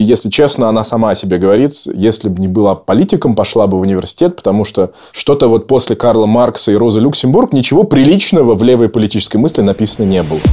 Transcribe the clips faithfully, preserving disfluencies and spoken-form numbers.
Если честно, она сама о себе говорит, если бы не была политиком, пошла бы в университет, потому что что-то вот после Карла Маркса и Розы Люксембург ничего приличного в левой политической мысли написано не было.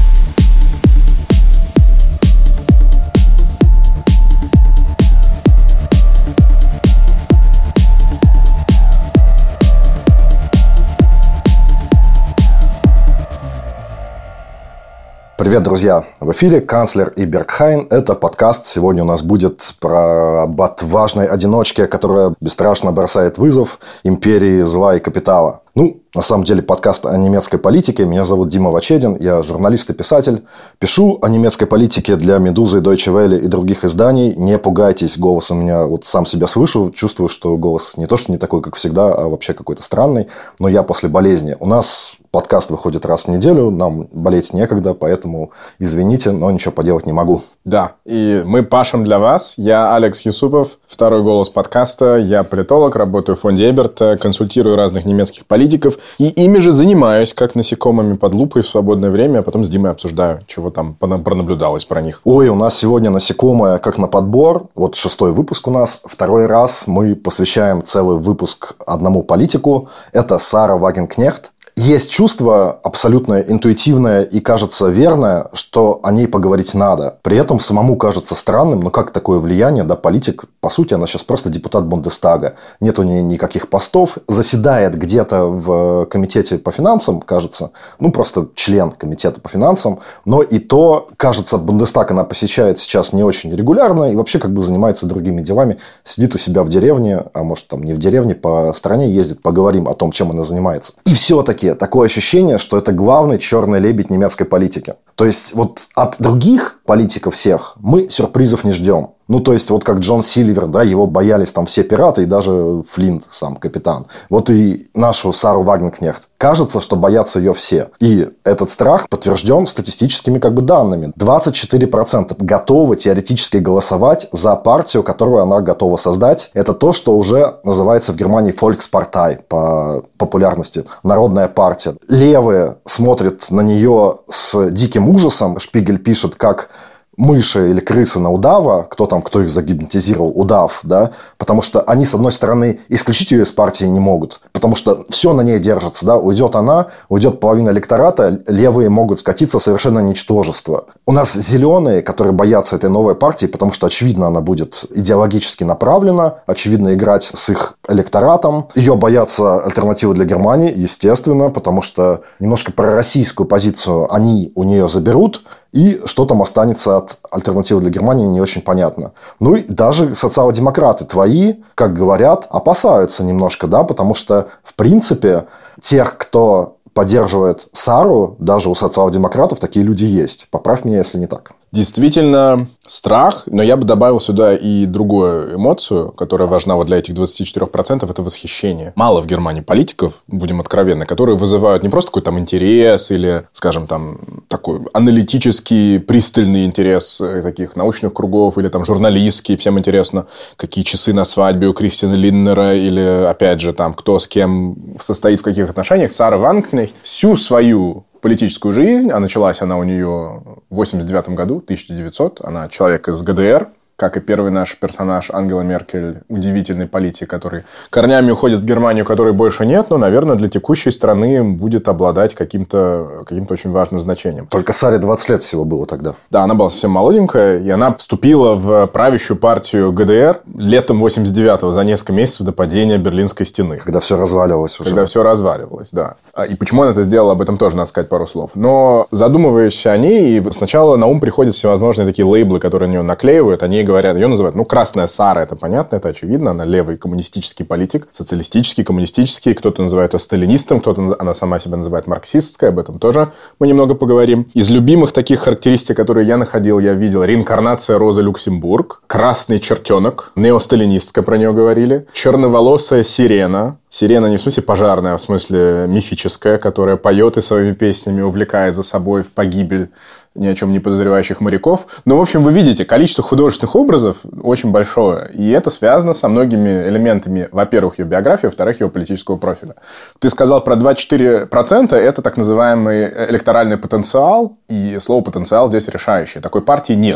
Привет, друзья! В эфире «Канцлер и Бергхайн». Это подкаст. Сегодня у нас будет про об отважной одиночке, которая бесстрашно бросает вызов империи зла и капитала. Ну, на самом деле, подкаст о немецкой политике. Меня зовут Дима Вачедин, я журналист и писатель. Пишу о немецкой политике для «Медузы», Deutsche Welle и других изданий. Не пугайтесь, голос у меня, вот сам себя слышу. Чувствую, что голос не то, что не такой, как всегда, а вообще какой-то странный. Но я после болезни. У нас подкаст выходит раз в неделю, нам болеть некогда, поэтому извините, но ничего поделать не могу. Да, и мы пашем для вас. Я Алекс Юсупов, второй голос подкаста. Я политолог, работаю в фонде Эберта, консультирую разных немецких политиков. И ими же занимаюсь, как насекомыми под лупой в свободное время, а потом с Димой обсуждаю, чего там пронаблюдалось про них. Ой, у нас сегодня насекомое как на подбор. Вот шестой выпуск у нас. Второй раз мы посвящаем целый выпуск одному политику. Это Сара Вагенкнехт. Есть чувство абсолютно интуитивное и кажется верное, что о ней поговорить надо. При этом самому кажется странным, но как такое влияние, да, политик, по сути, она сейчас просто депутат Бундестага. Нет у нее никаких постов, заседает где-то в комитете по финансам, кажется, ну, просто член комитета по финансам, но и то, кажется, Бундестаг она посещает сейчас не очень регулярно и вообще как бы занимается другими делами, сидит у себя в деревне, а может там не в деревне, по стране ездит, поговорим о том, чем она занимается. И все-таки такое ощущение, что это главный черный лебедь немецкой политики. То есть, вот от других политиков всех мы сюрпризов не ждем. Ну, то есть, вот как Джон Сильвер, да, его боялись там все пираты и даже Флинт, сам капитан. Вот и нашу Сару Вагенкнехт. Кажется, что боятся ее все. И этот страх подтвержден статистическими как бы данными. двадцать четыре процента готовы теоретически голосовать за партию, которую она готова создать. Это то, что уже называется в Германии Volkspartei по популярности. Народная партия. Левые смотрят на нее с диким ужасом. Шпигель пишет, как мыши или крысы на удава, кто там, кто их загипнотизировал, удав, да, потому что они, с одной стороны, исключить ее из партии не могут, потому что все на ней держится, да, уйдет она, уйдет половина электората, левые могут скатиться в совершенно ничтожество. У нас зеленые, которые боятся этой новой партии, потому что, очевидно, она будет идеологически направлена, очевидно, играть с их электоратом. Ее боятся альтернативы для Германии, естественно, потому что немножко пророссийскую позицию они у нее заберут, и что там останется от альтернативы для Германии, не очень понятно. Ну и даже социал-демократы твои, как говорят, опасаются немножко, да, потому что, в принципе, тех, кто поддерживает Сару, даже у социал-демократов такие люди есть. Поправь меня, если не так. Действительно страх, но я бы добавил сюда и другую эмоцию, которая важна вот для этих двадцати четырёх процентов, это восхищение. Мало в Германии политиков, будем откровенны, которые вызывают не просто какой-то там интерес или, скажем, там такой аналитический, пристальный интерес таких научных кругов или там журналистский, всем интересно, какие часы на свадьбе у Кристиана Линднера или, опять же, там, кто с кем состоит в каких отношениях. Сара Вагенкнехт всю свою политическую жизнь, а началась она у нее в восемьдесят девятом году, тысяча девятьсот, она человек из ГДР, как и первый наш персонаж Ангела Меркель, удивительный политик, который корнями уходит в Германию, которой больше нет, но, наверное, для текущей страны будет обладать каким-то, каким-то очень важным значением. Только Саре двадцать лет всего было тогда. Да, она была совсем молоденькая, и она вступила в правящую партию ГДР летом восемьдесят девятого, за несколько месяцев до падения Берлинской стены. Когда все разваливалось уже. Когда все разваливалось, да. И почему она это сделала, об этом тоже надо сказать пару слов. Но задумываясь о ней, сначала на ум приходят всевозможные такие лейблы, которые на нее наклеивают, они говорят, ее называют, ну, Красная Сара, это понятно, это очевидно, она левый коммунистический политик, социалистический, коммунистический, кто-то называет ее сталинистом, кто-то, она сама себя называет марксистской, об этом тоже мы немного поговорим. Из любимых таких характеристик, которые я находил, я видел реинкарнация Розы Люксембург, красный чертенок, неосталинистка про нее говорили, черноволосая сирена, сирена не в смысле пожарная, а в смысле мифическая, которая поет и своими песнями увлекает за собой в погибель ни о чем не подозревающих моряков. Но, в общем, вы видите, количество художественных образов очень большое. И это связано со многими элементами, во-первых, ее биографии, во-вторых, ее политического профиля. Ты сказал про двадцать четыре процента. Это так называемый электоральный потенциал. И слово «потенциал» здесь решающее. Такой партии нет.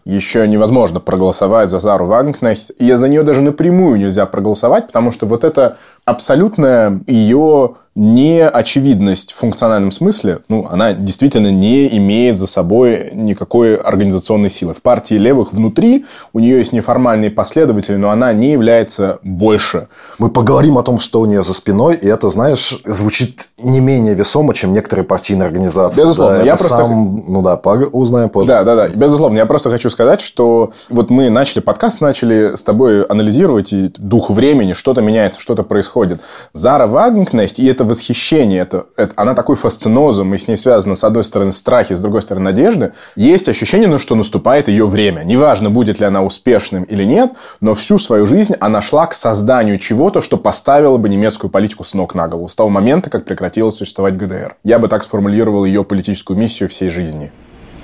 еще невозможно проголосовать за Сару Вагенкнехт. И за нее даже напрямую нельзя проголосовать, потому что вот это абсолютная ее неочевидность в функциональном смысле, ну, она действительно не имеет за собой никакой организационной силы. В партии левых внутри у нее есть неформальные последователи, но она не является больше. Мы поговорим о том, что у нее за спиной, и это, знаешь, звучит не менее весомо, чем некоторые партийные организации. Безусловно. Да, я просто... сам... Ну да, узнаем позже. Да, да, да. Безусловно. Я просто хочу сказать, что вот мы начали подкаст, начали с тобой анализировать и дух времени, что-то меняется, что-то происходит. Зара Вагенкнехт, и это восхищение, это, это, она такой фасцинозум, и с ней связано, с одной стороны, страхи, с другой стороны, надежды. Есть ощущение, ну, что наступает ее время. Неважно, будет ли она успешным или нет, но всю свою жизнь она шла к созданию чего-то, что поставило бы немецкую политику с ног на голову с того момента, как прекратила существовать ГДР. Я бы так сформулировал ее политическую миссию всей жизни.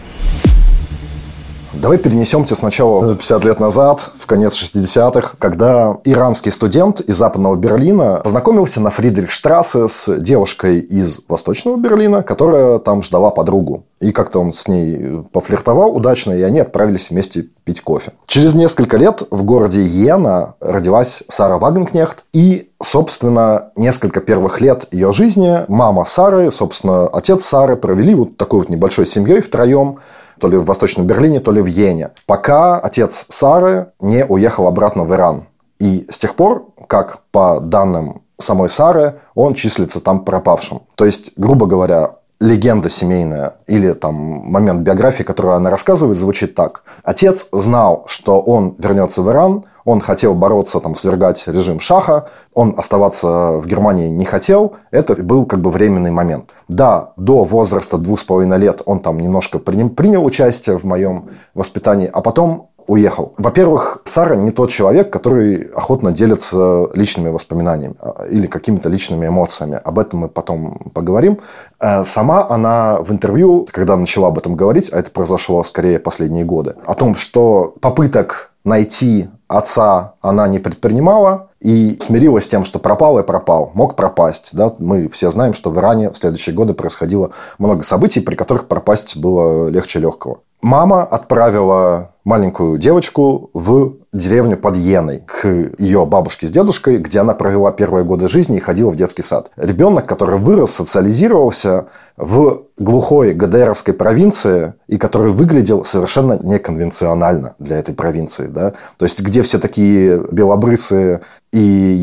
Давай перенесемся сначала пятьдесят лет назад, в конец шестидесятых, когда иранский студент из Западного Берлина познакомился на Фридрихштрассе с девушкой из Восточного Берлина, которая там ждала подругу. И как-то он с ней пофлиртовал удачно, и они отправились вместе пить кофе. Через несколько лет в городе Йена родилась Сара Вагенкнехт, и, собственно, несколько первых лет ее жизни мама Сары, собственно, отец Сары провели вот такой вот небольшой семьей втроем, то ли в Восточном Берлине, то ли в Йене, пока отец Сары не уехал обратно в Иран. И с тех пор, как по данным самой Сары, он числится там пропавшим. То есть, грубо говоря, легенда семейная или там момент биографии, которую она рассказывает, звучит так. Отец знал, что он вернется в Иран, он хотел бороться, там, свергать режим Шаха, он оставаться в Германии не хотел, это был как бы временный момент. Да, до возраста двух с половиной лет он там немножко принял, принял участие в моем воспитании, а потом уехал. Во-первых, Сара не тот человек, который охотно делится личными воспоминаниями или какими-то личными эмоциями. Об этом мы потом поговорим. Сама она в интервью, когда начала об этом говорить, а это произошло скорее последние годы, о том, что попыток найти отца она не предпринимала и смирилась с тем, что пропал и пропал. Мог пропасть. Да? Мы все знаем, что в Иране в следующие годы происходило много событий, при которых пропасть было легче легкого. Мама отправила маленькую девочку в деревню под Йеной к ее бабушке с дедушкой, где она провела первые годы жизни и ходила в детский сад. Ребенок, который вырос, социализировался в глухой ГДРовской провинции и который выглядел совершенно неконвенционально для этой провинции. Да? То есть, где все такие белобрысые и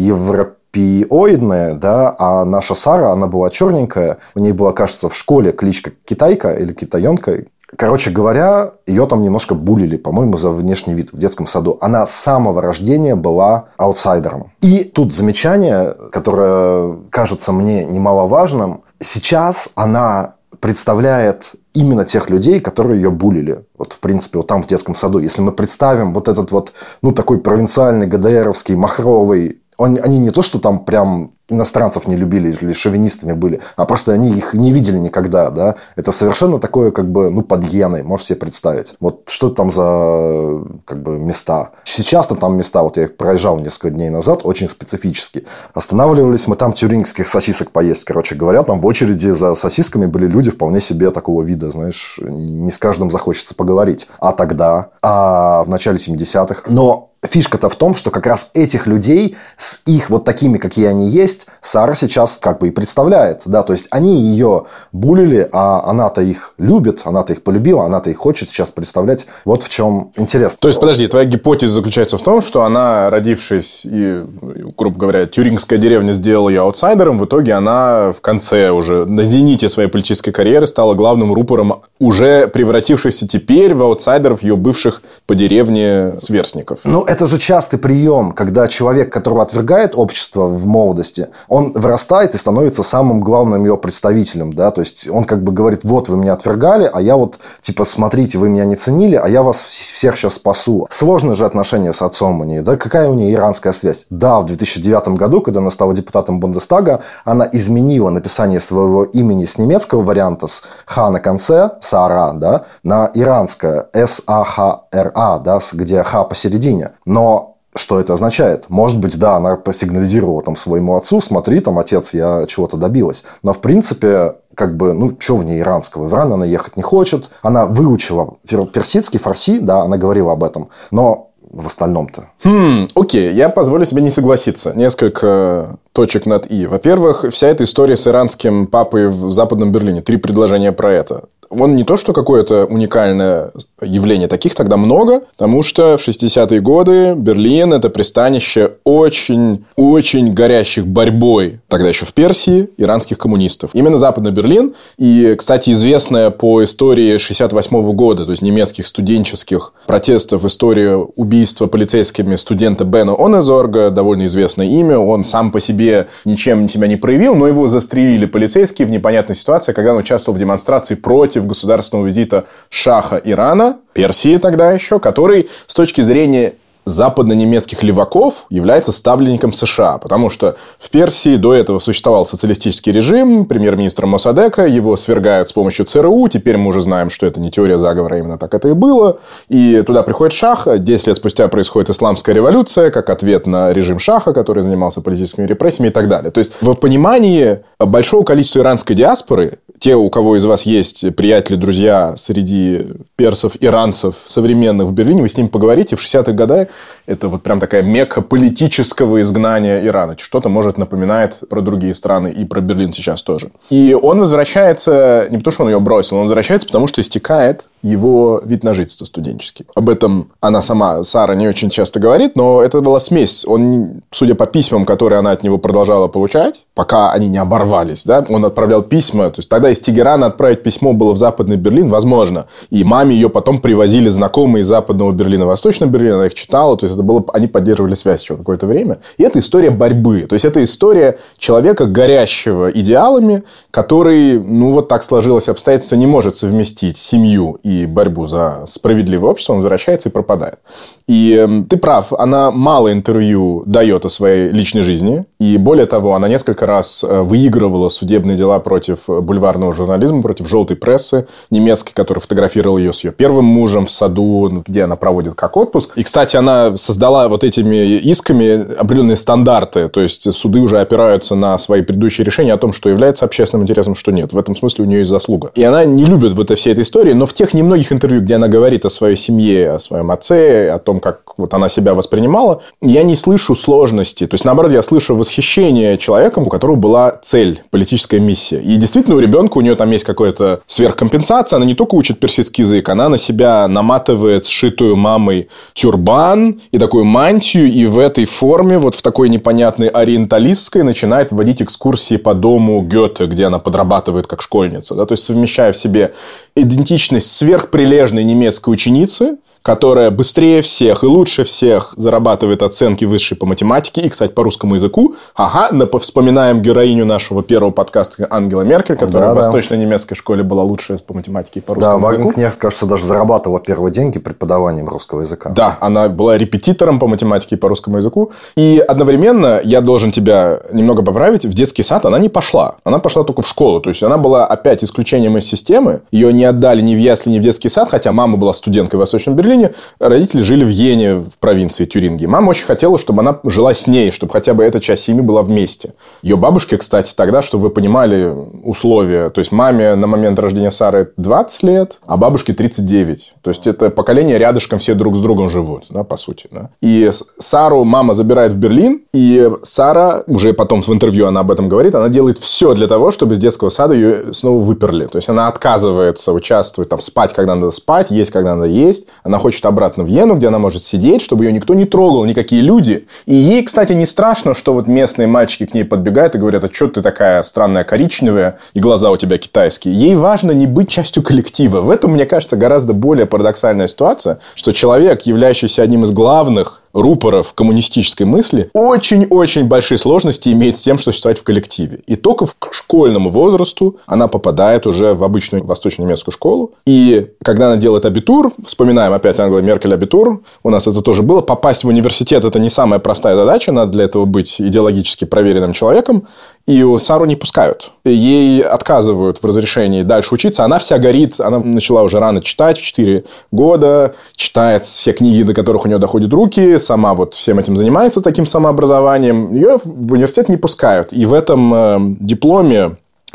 европеоидные, да, а наша Сара, она была черненькая, у нее была, кажется, в школе кличка Китайка или Китаенка. Короче говоря, ее там немножко булили, по-моему, за внешний вид в детском саду. Она с самого рождения была аутсайдером. И тут замечание, которое кажется мне немаловажным. Сейчас она представляет именно тех людей, которые ее булили. Вот, в принципе, вот там в детском саду. Если мы представим вот этот вот, ну, такой провинциальный ГДРовский, махровый, он, они не то, что там прям иностранцев не любили или шовинистами были, а просто они их не видели никогда, да. Это совершенно такое, как бы, ну, под Йеной, можете себе представить. Вот что там за, как бы, места. Сейчас-то там места, вот я их проезжал несколько дней назад, очень специфические. Останавливались мы там тюрингских сосисок поесть, короче говоря, там в очереди за сосисками были люди вполне себе такого вида, знаешь, не с каждым захочется поговорить. А тогда, а в начале семидесятых, но фишка-то в том, что как раз этих людей с их вот такими, какие они есть, Сара сейчас как бы и представляет. Да? То есть, они ее булили, а она-то их любит, она-то их полюбила, она-то их хочет сейчас представлять. Вот в чем интерес. То есть, подожди, твоя гипотеза заключается в том, что она, родившись и, грубо говоря, тюрингская деревня сделала ее аутсайдером, в итоге она в конце уже на зените своей политической карьеры стала главным рупором, уже превратившихся теперь в аутсайдеров ее бывших по деревне сверстников. Ну, это же частый прием, когда человек, которого отвергает общество в молодости, он вырастает и становится самым главным ее представителем, да, то есть, он как бы говорит, вот, вы меня отвергали, а я вот, типа, смотрите, вы меня не ценили, а я вас всех сейчас спасу. Сложное же отношение с отцом у нее, да, какая у нее иранская связь? Да, в две тысячи девятом году, когда она стала депутатом Бундестага, она изменила написание своего имени с немецкого варианта, с Х на конце, Сара, да, на иранское, С А Х Р А, да, где Х посередине. Но что это означает? Может быть, да, она посигнализировала там своему отцу, смотри, там, отец, я чего-то добилась. Но, в принципе, как бы, ну, что в ней иранского? В Иран она ехать не хочет. Она выучила персидский, фарси, да, она говорила об этом. Но в остальном-то. Хм, окей, я позволю себе не согласиться. Несколько точек над «и». Во-первых, вся эта история с иранским папой в Западном Берлине. Три предложения про это. Он не то, что какое-то уникальное явление. Таких тогда много, потому что в шестидесятые годы Берлин – это пристанище очень-очень горящих борьбой, тогда еще в Персии, иранских коммунистов. Именно Западный Берлин. И, кстати, известная по истории шестьдесят восьмого года, то есть немецких студенческих протестов, история убийства полицейскими студента Бена Онезорга, довольно известное имя. Он сам по себе ничем себя не проявил, но его застрелили полицейские в непонятной ситуации, когда он участвовал в демонстрации против государственного визита шаха Ирана, Персии тогда еще, который с точки зрения западно-немецких леваков является ставленником США, потому что в Персии до этого существовал социалистический режим, премьер-министр Моссадека, его свергают с помощью ЦРУ, теперь мы уже знаем, что это не теория заговора, именно так это и было, и туда приходит шах, десять лет спустя происходит исламская революция, как ответ на режим шаха, который занимался политическими репрессиями и так далее. То есть, в понимании большого количества иранской диаспоры, те, у кого из вас есть приятели, друзья среди персов, иранцев современных в Берлине, вы с ними поговорите, в шестидесятых годах это вот прям такая мекка политического изгнания Ирана. Что-то, может, напоминает про другие страны и про Берлин сейчас тоже. И он возвращается, не потому что он ее бросил, он возвращается, потому что истекает его вид на жительство студенческий. Об этом она сама, Сара, не очень часто говорит, но это была смесь. Он, судя по письмам, которые она от него продолжала получать, пока они не оборвались, да, он отправлял письма. То есть, тогда из Тегерана отправить письмо было в Западный Берлин возможно. И маме ее потом привозили знакомые из Западного Берлина, Восточного Берлина, она их читала. То есть, это было, они поддерживали связь еще какое-то время. И это история борьбы. То есть, это история человека, горящего идеалами, который, ну, вот так сложилось обстоятельство, не может совместить семью и борьбу за справедливое общество, он возвращается и пропадает. И э, ты прав, она мало интервью дает о своей личной жизни. И более того, она несколько раз выигрывала судебные дела против бульварного журнализма, против желтой прессы немецкой, которая фотографировала ее с ее первым мужем в саду, где она проводит как отпуск. И, кстати, она создала вот этими исками определенные стандарты. То есть, суды уже опираются на свои предыдущие решения о том, что является общественным интересом, что нет. В этом смысле у нее есть заслуга. И она не любит вот всей этой истории, но в тех немногих интервью, где она говорит о своей семье, о своем отце, о том, как вот она себя воспринимала, я не слышу сложности. То есть, наоборот, я слышу восхищение человеком, у которого была цель, политическая миссия. И действительно, у ребенка у нее там есть какая-то сверхкомпенсация. Она не только учит персидский язык, она на себя наматывает сшитую мамой тюрбан и такую мантию, и в этой форме, вот в такой непонятной ориенталистской, начинает вводить экскурсии по дому Гёте, где она подрабатывает как школьница. Да? То есть, совмещая в себе идентичность сверхприлежной немецкой ученицы, которая быстрее всех и лучше всех зарабатывает оценки высшие по математике и, кстати, по русскому языку. Ага, вспоминаем героиню нашего первого подкаста Ангела Меркель, которая да, в да. восточно-немецкой школе была лучшая по математике и по русскому да, языку. Да, Вагенкнехт, кажется, даже зарабатывала первые деньги преподаванием русского языка. Да, она была репетитором по математике и по русскому языку. И одновременно, я должен тебя немного поправить, в детский сад она не пошла. Она пошла только в школу. То есть, она была опять исключением из системы. Ее не отдали ни в ясли, ни в детский сад, хотя мама была студенткой в Восточном Берлине. Родители жили в Йене, в провинции Тюрингии. Мама очень хотела, чтобы она жила с ней, чтобы хотя бы эта часть семьи была вместе. Ее бабушке, кстати, тогда, чтобы вы понимали условия, то есть, маме на момент рождения Сары двадцать лет, а бабушке тридцать девять. То есть, это поколение рядышком все друг с другом живут, да, по сути. Да. И Сару мама забирает в Берлин, и Сара, уже потом в интервью она об этом говорит, она делает все для того, чтобы с детского сада ее снова выперли. То есть, она отказывается участвовать, там, спать, когда надо спать, есть, когда надо есть. Она хочет обратно в Йену, где она может сидеть, чтобы ее никто не трогал, никакие люди. И ей, кстати, не страшно, что вот местные мальчики к ней подбегают и говорят: а что ты такая странная коричневая, и глаза у тебя китайские. Ей важно не быть частью коллектива. В этом, мне кажется, гораздо более парадоксальная ситуация, что человек, являющийся одним из главных рупоров коммунистической мысли, очень-очень большие сложности имеет с тем, что существовать в коллективе. И только к школьному возрасту она попадает уже в обычную восточно-немецкую школу. И когда она делает абитур, вспоминаем опять Ангела Меркель абитур, у нас это тоже было, попасть в университет – это не самая простая задача, надо для этого быть идеологически проверенным человеком. И Сару не пускают. Ей отказывают в разрешении дальше учиться. Она вся горит. Она начала уже рано читать, в четыре года. Читает все книги, до которых у нее доходят руки. Сама вот всем этим занимается, таким самообразованием. Ее в университет не пускают. И в этом э, дипломе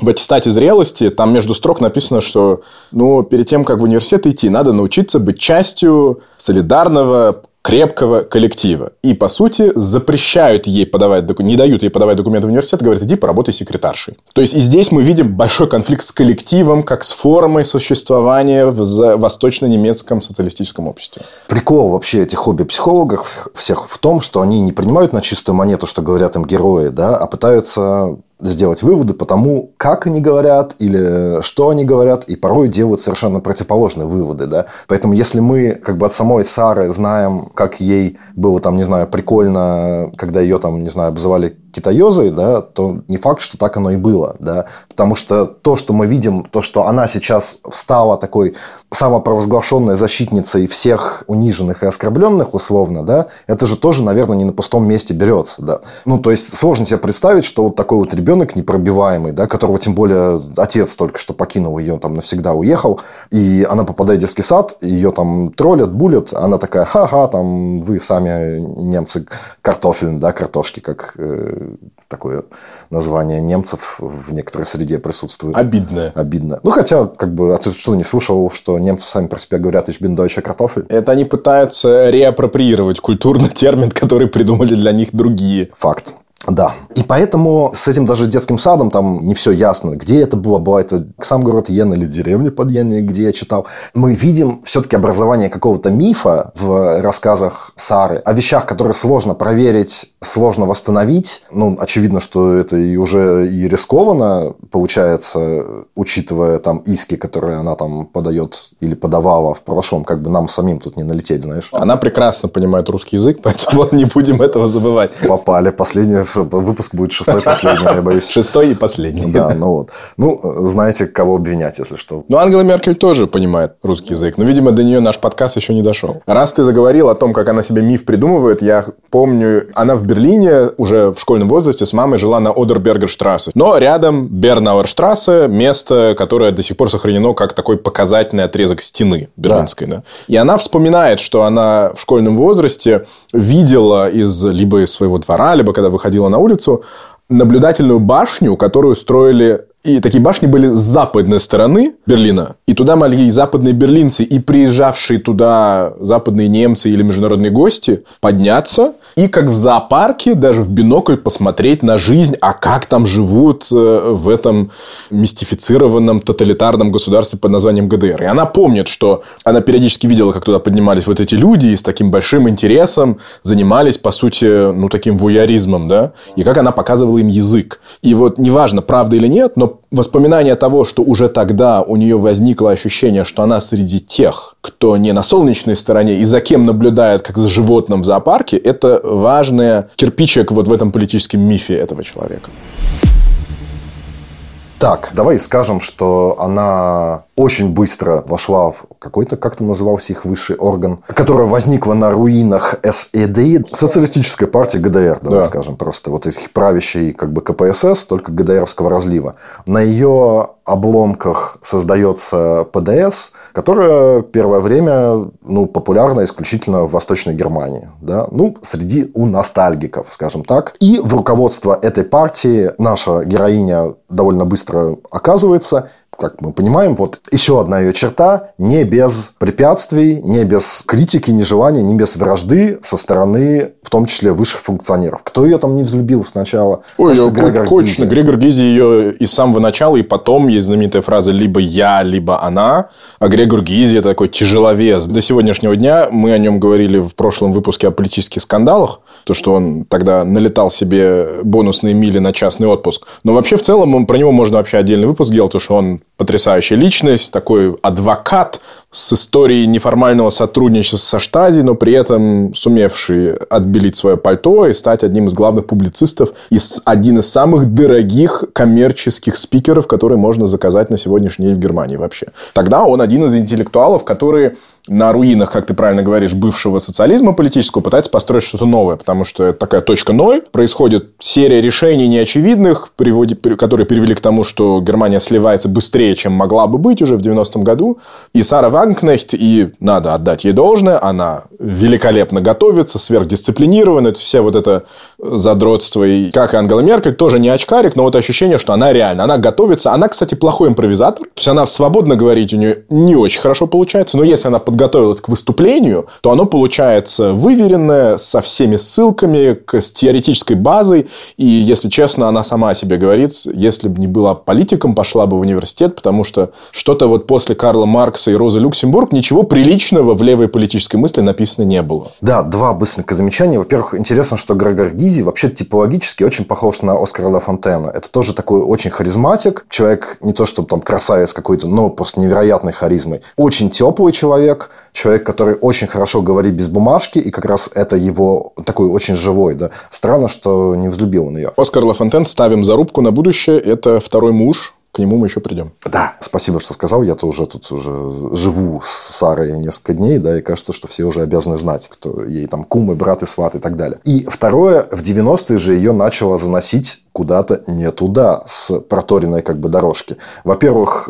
в аттестате зрелости там между строк написано, что ну, перед тем, как в университет идти, надо научиться быть частью солидарного, крепкого коллектива. И, по сути, запрещают ей подавать документы, не дают ей подавать документы в университет, говорят, иди поработай секретаршей. То есть, и здесь мы видим большой конфликт с коллективом, как с формой существования в восточно-немецком социалистическом обществе. Прикол вообще этих хобби-психологов всех в том, что они не принимают на чистую монету, что говорят им герои, да, а пытаются сделать выводы по тому, как они говорят или что они говорят, и порой делают совершенно противоположные выводы, да. Поэтому, если мы как бы от самой Сары знаем, как ей было там, не знаю, прикольно, когда ее там, не знаю, обзывали китаёзой, да, то не факт, что так оно и было, да. Потому что то, что мы видим, то, что она сейчас стала такой самопровозглашенной защитницей всех униженных и оскорбленных, условно, да, это же тоже, наверное, не на пустом месте берется, да. Ну, то есть, сложно себе представить, что вот такой вот ребенок непробиваемый, да, которого, тем более, отец только что покинул ее, там, навсегда уехал, и она попадает в детский сад, ее там троллят, булят, она такая, ха-ха, там, вы сами, немцы, картофель, да, картошки, как такое название немцев в некоторой среде присутствует. Обидное. Обидно. Ну, хотя, как бы, а ты что, не слышал, что немцы сами про себя говорят «Ich bin deutscher Kartoffel»? Это они пытаются реапроприировать культурный термин, который придумали для них другие. Факт. Да. И поэтому с этим даже детским садом там не все ясно. Где это было? Была это сам город Йен или деревня под Йен, где я читал. Мы видим все-таки образование какого-то мифа в рассказах Сары о вещах, которые сложно проверить, сложно восстановить. Ну, очевидно, что это и уже и рискованно получается, учитывая там иски, которые она там подает или подавала в прошлом, как бы нам самим тут не налететь, знаешь. Она прекрасно понимает русский язык, поэтому не будем этого забывать. Попали. Последнее выпуск будет шестой, последний, я боюсь. Шестой и последний. Да, ну вот. Ну, знаете, кого обвинять, если что. Ну, Ангела Меркель тоже понимает русский язык, но, видимо, до нее наш подкаст еще не дошел. Раз ты заговорил о том, как она себе миф придумывает, я помню, она в Берлине уже в школьном возрасте с мамой жила на Одербергерштрассе. Но рядом Бернауэрштрассе, место, которое до сих пор сохранено как такой показательный отрезок стены берлинской. Да. Да. И она вспоминает, что она в школьном возрасте видела из либо из своего двора, либо когда выходила на улицу, наблюдательную башню, которую строили... И такие башни были с западной стороны Берлина. И туда могли и западные берлинцы, и приезжавшие туда западные немцы или международные гости подняться. И как в зоопарке, даже в бинокль посмотреть на жизнь, а как там живут в этом мистифицированном тоталитарном государстве под названием ГДР. И она помнит, что она периодически видела, как туда поднимались вот эти люди и с таким большим интересом занимались, по сути, ну, таким вуйеризмом, да. И как она показывала им язык. И вот неважно, правда или нет, но воспоминание того, что уже тогда у нее возникло ощущение, что она среди тех, кто не на солнечной стороне и за кем наблюдает, как за животным в зоопарке, это важный кирпичик вот в этом политическом мифе этого человека. Так, давай скажем, что она очень быстро вошла в какой-то, как там назывался их высший орган, которая возникла на руинах эс э дэ, социалистической партии ГДР, давай да. скажем просто, вот этих правящей как бы ка пэ эс эс, только ГДРовского разлива. На ее обломках создается пэ дэ эс, которая первое время ну, популярна исключительно в Восточной Германии. Да? Ну, среди у ностальгиков, скажем так. И в руководство этой партии наша героиня довольно быстро оказывается. Как мы понимаем, вот еще одна ее черта: не без препятствий, не без критики, не желания, не без вражды со стороны, в том числе, высших функционеров. Кто ее там не взлюбил сначала? Ой, Кажется, Грегор Гизи. Грегор Гизи ее и с самого начала, и потом есть знаменитая фраза «либо я, либо она». А Грегор Гизи – это такой тяжеловес. До сегодняшнего дня мы о нем говорили в прошлом выпуске о политических скандалах. То, что он тогда налетал себе бонусные мили на частный отпуск. Но вообще, в целом, про него можно вообще отдельный выпуск делать, потому что он потрясающая личность, такой адвокат с историей неформального сотрудничества со Штази, но при этом сумевший отбелить свое пальто и стать одним из главных публицистов и один из самых дорогих коммерческих спикеров, которые можно заказать на сегодняшний день в Германии вообще. Тогда он один из интеллектуалов, которые на руинах, как ты правильно говоришь, бывшего социализма политического пытается построить что-то новое, потому что это такая точка ноль. Происходит серия решений неочевидных, которые привели к тому, что Германия сливается быстрее, чем могла бы быть уже в девяностом году. И Сара Вагнер Вагенкнехт, и надо отдать ей должное, она великолепно готовится, сверхдисциплинирована, все вот это задротство, и как и Ангела Меркель, тоже не очкарик, но вот ощущение, что она реально, она готовится. Она, кстати, плохой импровизатор, то есть она свободно говорить у нее не очень хорошо получается, но если она подготовилась к выступлению, то оно получается выверенное, со всеми ссылками, с теоретической базой, и, если честно, она сама о себе говорит, если бы не была политиком, пошла бы в университет, потому что что-то вот после Карла Маркса и Розы Люксембург ничего приличного в левой политической мысли написано не было. Да, два быстреньких замечания. Во-первых, интересно, что Грегор Гизи вообще типологически очень похож на Оскара Лафонтена. Это тоже такой очень харизматик. Человек не то, чтобы там красавец какой-то, но просто невероятной харизмой. Очень теплый человек. Человек, который очень хорошо говорит без бумажки. И как раз это его такой очень живой. Да. Странно, что не взлюбил он ее. Оскар Лафонтен, ставим зарубку на будущее. Это второй муж. К нему мы еще придем. Да, спасибо, что сказал. Я-то уже тут уже живу с Сарой несколько дней, да, и кажется, что все уже обязаны знать, кто ей там кум и брат и сват и так далее. И второе, в девяностые же ее начало заносить куда-то не туда, с проторенной как бы дорожки. Во-первых,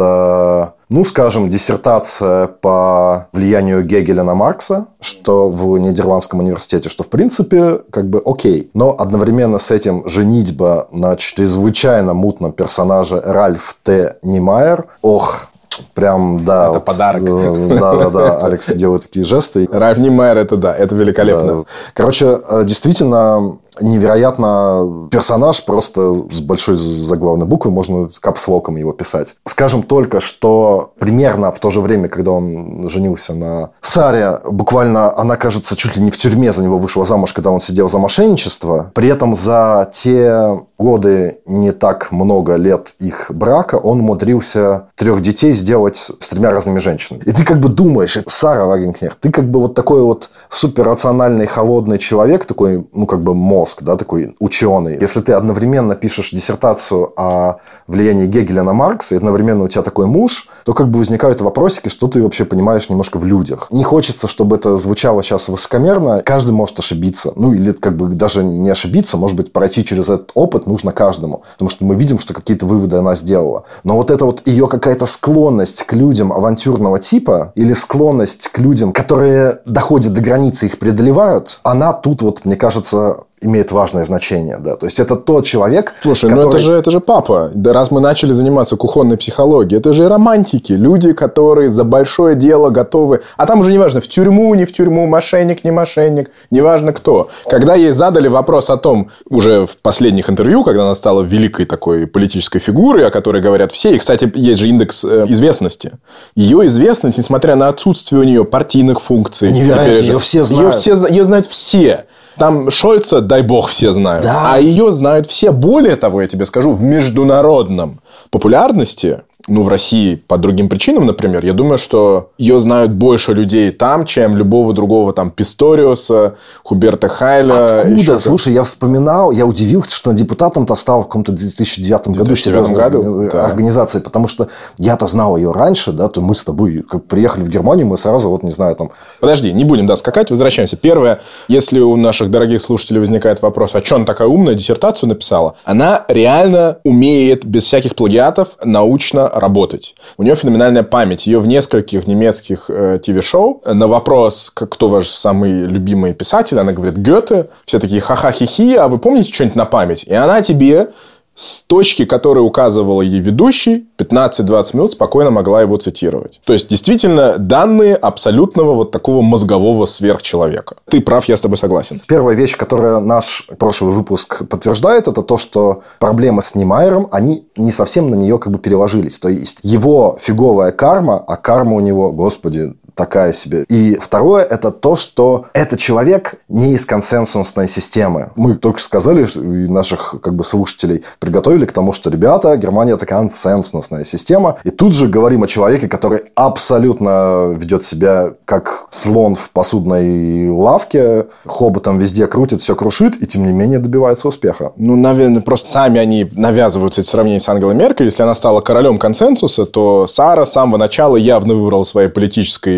это, ну, скажем, диссертация по влиянию Гегеля на Маркса, что в Нидерландском университете, что в принципе как бы окей. Но одновременно с этим женитьба на чрезвычайно мутном персонаже Ральф Т. Немайер. Ох, прям, да. Это вот, подарок. Да, да, да. Алекс делает такие жесты. Ральф Немайер, это да, это великолепно. Да. Короче, действительно невероятно персонаж, просто с большой заглавной буквы, можно капслоком его писать. Скажем только, что примерно в то же время, когда он женился на Саре, буквально она, кажется, чуть ли не в тюрьме за него вышла замуж, когда он сидел за мошенничество. При этом за те годы, не так много лет их брака, он умудрился трех детей сделать с тремя разными женщинами. И ты как бы думаешь, Сара Вагенкнехт, ты как бы вот такой вот суперрациональный, холодный человек, такой, ну, как бы мозг, да, такой ученый. Если ты одновременно пишешь диссертацию о влиянии Гегеля на Маркса, и одновременно у тебя такой муж, то как бы возникают вопросики, что ты вообще понимаешь немножко в людях. Не хочется, чтобы это звучало сейчас высокомерно. Каждый может ошибиться. Ну, или как бы даже не ошибиться, может быть, пройти через этот опыт нужно каждому. Потому что мы видим, что какие-то выводы она сделала. Но вот это вот ее какая-то склонность к людям авантюрного типа или склонность к людям, которые доходят до границы, их преодолевают, она тут вот, мне кажется, имеет важное значение, да. То есть это тот человек, Слушай, который... ну это же, это же папа. Да раз мы начали заниматься кухонной психологией, это же романтики. Люди, которые за большое дело готовы... А там уже неважно, в тюрьму, не в тюрьму, мошенник, не мошенник, неважно кто. Когда ей задали вопрос о том, уже в последних интервью, когда она стала великой такой политической фигурой, о которой говорят все, и, кстати, есть же индекс известности. Ее известность, несмотря на отсутствие у нее партийных функций... Невероятно, ее все знают. Ее, все, ее знают все. Там Шольца, дай бог, все знают. Да. А ее знают все. Более того, я тебе скажу, в международном популярности, ну, в России по другим причинам, например, я думаю, что ее знают больше людей там, чем любого другого там Писториуса, Хуберта Хайля. Откуда? Слушай, я вспоминал, я удивился, что депутатом-то стал в каком-то две тысячи девятом году серьезной году? организации, да. Потому что я-то знал ее раньше, да, то мы с тобой как приехали в Германию, мы сразу, вот не знаю, там... Подожди, не будем, да, скакать, возвращаемся. Первое, если у наших дорогих слушателей возникает вопрос, а что она такая умная, диссертацию написала? Она реально умеет без всяких плагиатов научно работать. У нее феноменальная память. Ее в нескольких немецких э, ТВ-шоу на вопрос, кто ваш самый любимый писатель, она говорит Гёте. Все такие ха-ха-хи-хи, а вы помните что-нибудь на память? И она тебе с точки, которую указывала ей ведущий, пятнадцать-двадцать минут спокойно могла его цитировать. То есть, действительно, данные абсолютного вот такого мозгового сверхчеловека. Ты прав, я с тобой согласен. Первая вещь, которую наш прошлый выпуск подтверждает, это то, что проблемы с Немайером, они не совсем на нее как бы переложились. То есть, его фиговая карма, а карма у него, господи, такая себе. И второе, это то, что этот человек не из консенсусной системы. Мы только что сказали, и наших как бы слушателей приготовили к тому, что, ребята, Германия – это консенсусная система. И тут же говорим о человеке, который абсолютно ведет себя как слон в посудной лавке, хоботом везде крутит, все крушит, и тем не менее добивается успеха. Ну, наверное, просто сами они навязываются эти сравнения с Ангелой Меркель. Если она стала королем консенсуса, то Сара с самого начала явно выбрала своей политической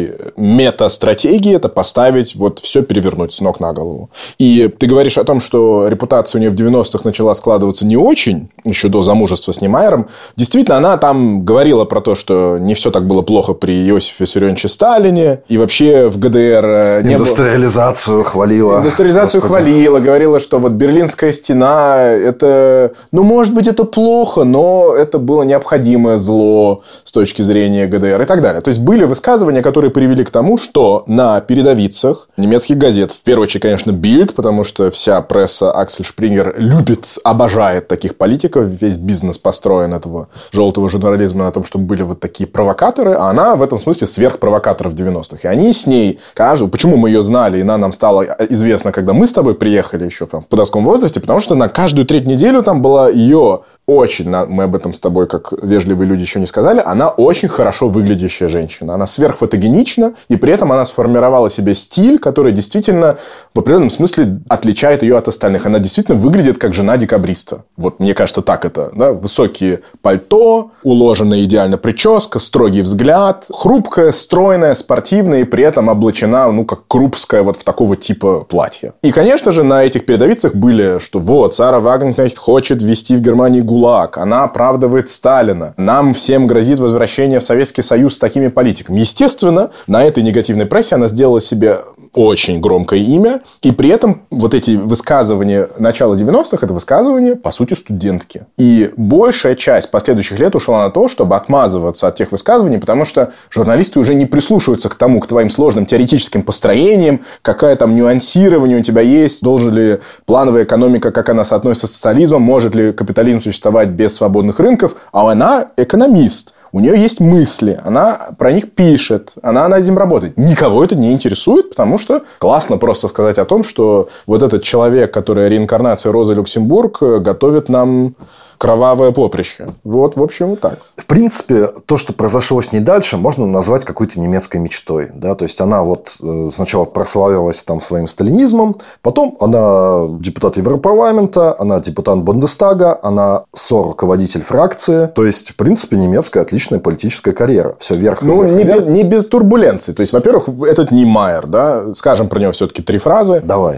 этой мета-стратегии – это поставить, вот все перевернуть с ног на голову. И ты говоришь о том, что репутация у нее в девяностых начала складываться не очень, еще до замужества с Немайером. Действительно, она там говорила про то, что не все так было плохо при Иосифе Виссарионовиче Сталине. И вообще в ГДР... Не Индустриализацию было... хвалила. Индустриализацию Господи. хвалила. Говорила, что вот Берлинская стена – это... Ну, может быть, это плохо, но это было необходимое зло с точки зрения ГДР и так далее. То есть, были высказывания, которые привели к тому, что на передовицах немецких газет, в первую очередь, конечно, Bild, потому что вся пресса Аксель Шпрингер любит, обожает таких политиков. Весь бизнес построен этого желтого журнализма на том, чтобы были вот такие провокаторы. А она в этом смысле сверхпровокатор в девяностых. И они с ней каждый... Почему мы ее знали, и она нам стала известна, когда мы с тобой приехали еще там, в подростковом возрасте? Потому что на каждую третью неделю там была ее очень... Мы об этом с тобой, как вежливые люди, еще не сказали. Она очень хорошо выглядящая женщина. Она сверхфотогенична, и при этом она сформировала себе стиль, который действительно в определенном смысле отличает ее от остальных. Она действительно выглядит как жена декабриста. Вот мне кажется, так это. Да? Высокие пальто, уложенная идеально прическа, строгий взгляд, хрупкая, стройная, спортивная, и при этом облачена, ну, как крупская, вот в такого типа платье. И, конечно же, на этих передовицах были, что вот, Сара Вагенкнехт хочет ввести в Германии ГУЛАГ, она оправдывает Сталина, нам всем грозит возвращение в Советский Союз с такими политиками. Естественно, на этой негативной прессе она сделала себе очень громкое имя, и при этом вот эти высказывания начала девяностых, это высказывания, по сути, студентки. И большая часть последующих лет ушла на то, чтобы отмазываться от тех высказываний, потому что журналисты уже не прислушиваются к тому, к твоим сложным теоретическим построениям, какое там нюансирование у тебя есть, должен ли плановая экономика, как она соотносится с социализмом, может ли капитализм существовать без свободных рынков, а она экономист. У нее есть мысли, она про них пишет, она над этим работает. Никого это не интересует, потому что классно просто сказать о том, что вот этот человек, который реинкарнация Розы Люксембург, готовит нам кровавое поприще. Вот, в общем, вот так. В принципе, то, что произошло с ней дальше, можно назвать какой-то немецкой мечтой. Да? То есть, она вот сначала прославилась там своим сталинизмом, потом она депутат Европарламента, она депутат Бундестага, она со-руководитель фракции. То есть, в принципе, немецкая отличная политическая карьера. Все вверх. Ну, вверх, не, вверх. Без, не без турбуленций. То есть, во-первых, этот Немайер, да, скажем про него все-таки три фразы. Давай.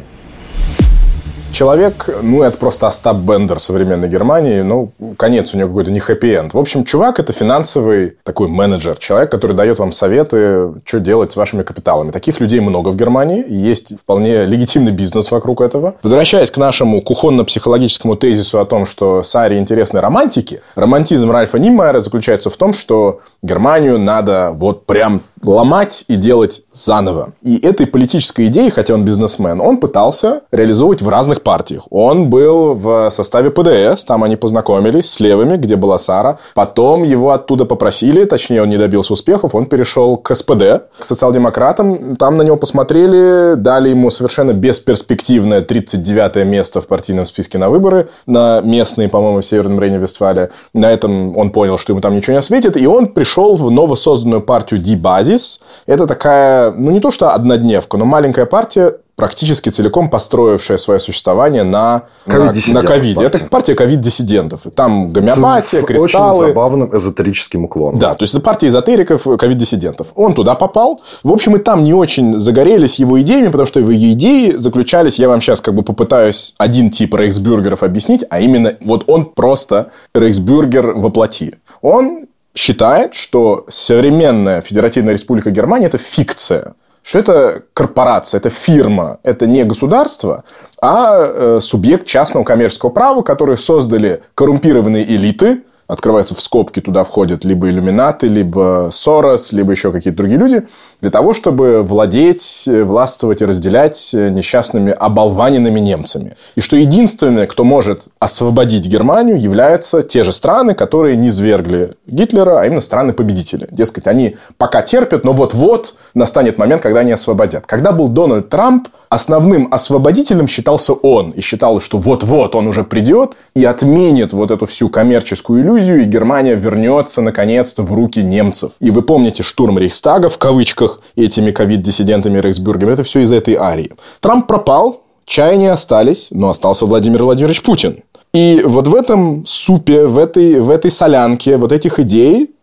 Человек, ну, это просто Остап Бендер современной Германии. Ну, конец у него какой-то не хэппи-энд. В общем, чувак – это финансовый такой менеджер. Человек, который дает вам советы, что делать с вашими капиталами. Таких людей много в Германии. Есть вполне легитимный бизнес вокруг этого. Возвращаясь к нашему кухонно-психологическому тезису о том, что Саре интересны романтики, романтизм Ральфа Немайера заключается в том, что Германию надо вот прям ломать и делать заново. И этой политической идеей, хотя он бизнесмен, он пытался реализовывать в разных партиях. Он был в составе ПДС, там они познакомились с левыми, где была Сара. Потом его оттуда попросили, точнее, он не добился успехов, он перешел к СПД, к социал-демократам. Там на него посмотрели, дали ему совершенно бесперспективное тридцать девятое место в партийном списке на выборы, на местные, по-моему, в Северном Рейне-Вестфалии. На этом он понял, что ему там ничего не осветит, и он пришел в новосозданную партию Die Basis. Это такая, ну не то что однодневка, но маленькая партия, практически целиком построившая свое существование на ковиде. Это партия ковид-диссидентов. Там гомеопатия, с кристаллы. Очень забавным эзотерическим уклоном. Да, то есть, это партия эзотериков, ковид-диссидентов. Он туда попал. В общем, и там не очень загорелись его идеями, потому что его идеи заключались, я вам сейчас как бы попытаюсь один тип рейхсбюргеров объяснить, а именно, вот он просто рейхсбюргер воплоти. Он считает, что современная Федеративная Республика Германия – это фикция. Что это корпорация, это фирма, это не государство, а э, субъект частного коммерческого права, который создали коррумпированные элиты. Открываются в скобки, туда входят либо иллюминаты, либо Сорос, либо еще какие-то другие люди, для того, чтобы владеть, властвовать и разделять несчастными оболваненными немцами. И что единственное, кто может освободить Германию, являются те же страны, которые не свергли Гитлера, а именно страны-победители. Дескать, они пока терпят, но вот-вот настанет момент, когда они освободят. Когда был Дональд Трамп, основным освободителем считался он. И считалось, что вот-вот он уже придет и отменит вот эту всю коммерческую иллюзию, и Германия вернется наконец-то в руки немцев. И вы помните штурм Рейхстага, в кавычках, этими ковид-диссидентами Рейхсбюргами. Это все из этой арии. Трамп пропал, чаяния остались, но остался Владимир Владимирович Путин. И вот в этом супе, в этой, в этой солянке вот этих идей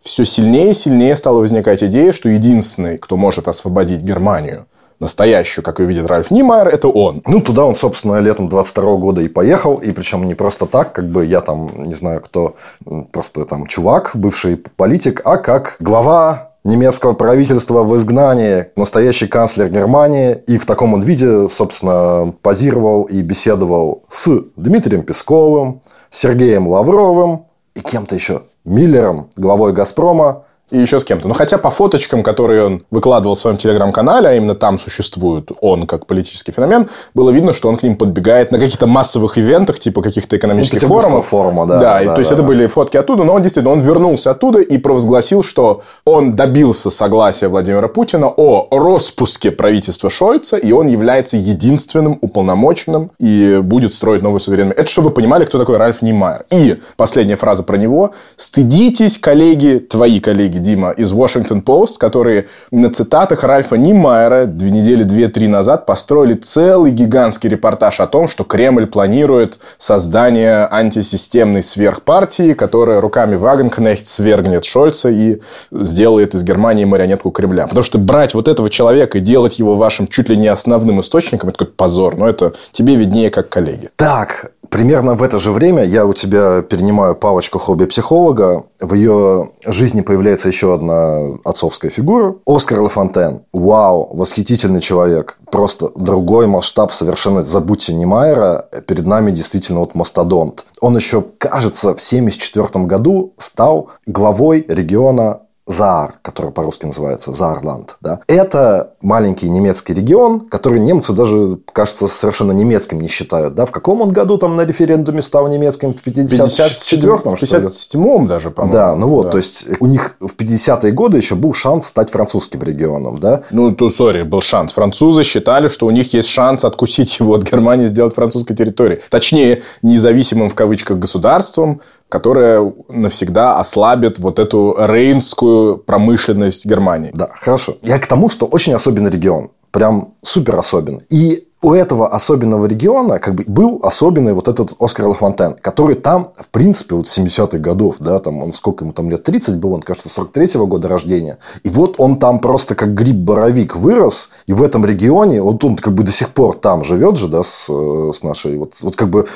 все сильнее и сильнее стала возникать идея, что единственный, кто может освободить Германию, настоящую, как ее видит Ральф Нимайер, это он. Ну, туда он, собственно, летом двадцать второго года и поехал. И причем не просто так, как бы я там, не знаю кто, просто там чувак, бывший политик, а как глава немецкого правительства в изгнании, настоящий канцлер Германии. И в таком он виде, собственно, позировал и беседовал с Дмитрием Песковым, Сергеем Лавровым и кем-то еще, Миллером, главой «Газпрома». И еще с кем-то. Ну, хотя по фоточкам, которые он выкладывал в своем телеграм-канале, а именно там существует он как политический феномен, было видно, что он к ним подбегает на каких-то массовых ивентах, типа каких-то экономических ну, форумов. Форума, да. Да, да, и, да то есть, да, это да. были фотки оттуда, но он действительно он вернулся оттуда и провозгласил, что он добился согласия Владимира Путина о распуске правительства Шольца, и он является единственным уполномоченным и будет строить новую суверенную. Это чтобы вы понимали, кто такой Ральф Нимайер. И последняя фраза про него. «Стыдитесь, коллеги, твои коллеги, Дима, из Washington Post, которые на цитатах Ральфа Нимайера две недели, две-три назад построили целый гигантский репортаж о том, что Кремль планирует создание антисистемной сверхпартии, которая руками Вагенкнехт свергнет Шольца и сделает из Германии марионетку Кремля. Потому что брать вот этого человека и делать его вашим чуть ли не основным источником, это какой-то позор. Но это тебе виднее как коллеги. Так, примерно в это же время я у тебя перенимаю палочку хобби-психолога. В ее жизни появляется еще одна отцовская фигура. Оскар Лафонтен. Вау, восхитительный человек. Просто другой масштаб совершенно. Забудьте Нимайера. Перед нами действительно вот мастодонт. Он еще, кажется, в семьдесят четвёртом году стал главой региона Заар, который по-русски называется Заарланд. Да? Это маленький немецкий регион, который немцы даже, кажется, совершенно немецким не считают. Да? В каком он году там на референдуме стал немецким? В пятьдесят четвёртом, что ли? В пятьдесят седьмом даже, по-моему. Да, ну вот, да. То есть у них в пятидесятые годы еще был шанс стать французским регионом. Да? Ну, то, сори, был шанс. Французы считали, что у них есть шанс откусить его от Германии и сделать французской территорией. Точнее, независимым в кавычках государством, которое навсегда ослабит вот эту рейнскую промышленность Германии. Да, хорошо. Я к тому, что очень особенный регион. Прям супер особенный. И у этого особенного региона как бы был особенный вот этот Оскар Лафонтен, который там, в принципе, вот семидесятых годов, да, там, он сколько ему там лет, тридцать был, он, кажется, сорок третьего года рождения. И вот он там просто как гриб-боровик вырос, и в этом регионе, вот он как бы до сих пор там живет же, да, с, с нашей, вот, вот как бы,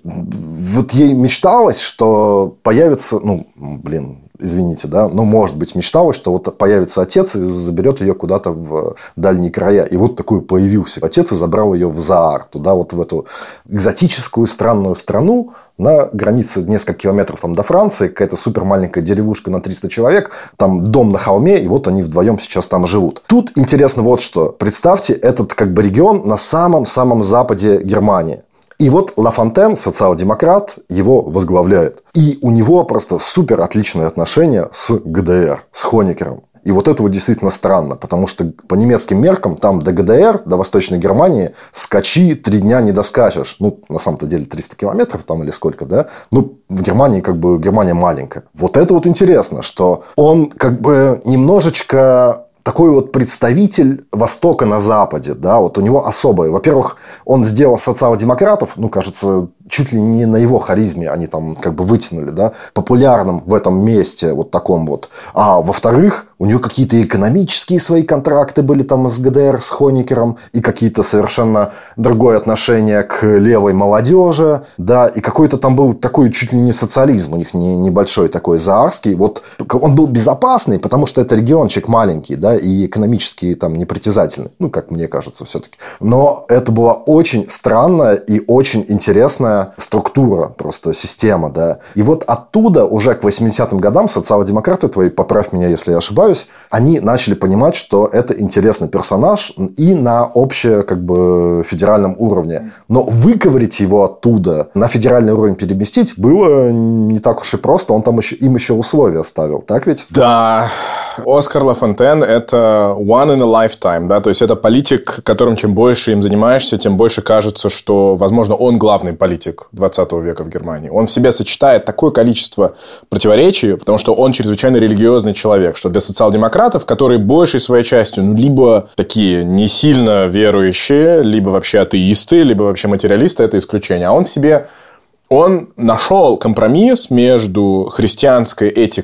вот ей мечталось, что появится, ну, блин, извините, да, но, может быть, мечталось, что вот появится отец и заберет ее куда-то в дальние края. И вот такой появился отец и забрал ее в Заар, туда вот в эту экзотическую странную страну, на границе несколько километров там до Франции, какая-то супер маленькая деревушка на триста человек, там дом на холме, и вот они вдвоем сейчас там живут. Тут интересно вот что. Представьте этот как бы регион на самом-самом западе Германии. И вот Лафонтен, социал-демократ, его возглавляет. И у него просто супер отличные отношения с ГДР, с Хонекером. И вот это вот действительно странно, потому что по немецким меркам там до ГДР, до Восточной Германии, скачи три дня не доскачешь. Ну, на самом-то деле триста километров там или сколько, да? Ну, в Германии как бы Германия маленькая. Вот это вот интересно, что он как бы немножечко такой вот представитель Востока на Западе, да, вот у него особое. Во-первых, он сделал социал-демократов, ну, кажется, чуть ли не на его харизме они там как бы вытянули, да, популярным в этом месте вот таком вот. А во-вторых, у него какие-то экономические свои контракты были там с ГДР, с Хонекером, и какие-то совершенно другое отношение к левой молодежи, да, и какой-то там был такой чуть ли не социализм у них не, небольшой такой заарский. Вот он был безопасный, потому что это региончик маленький, да, и экономически там непритязательный, ну, как мне кажется, все-таки. Но это была очень странная и очень интересная структура, просто система, да. И вот оттуда уже к восьмидесятым годам социал-демократы твои, поправь меня, если я ошибаюсь, они начали понимать, что это интересный персонаж и на общем как бы федеральном уровне. Но выковырить его оттуда, на федеральный уровень переместить, было не так уж и просто. Он там еще, им еще условия ставил, так ведь? Да. Оскар Лафонтен – это one in a lifetime, да, то есть это политик, которым чем больше им занимаешься, тем больше кажется, что, возможно, он главный политик двадцатого века в Германии. Он в себе сочетает такое количество противоречий, потому что он чрезвычайно религиозный человек, что для социал-демократов, которые большей своей частью, ну, либо такие не сильно верующие, либо вообще атеисты, либо вообще материалисты, это исключение. А он в себе... Он нашел компромисс между христианской этикой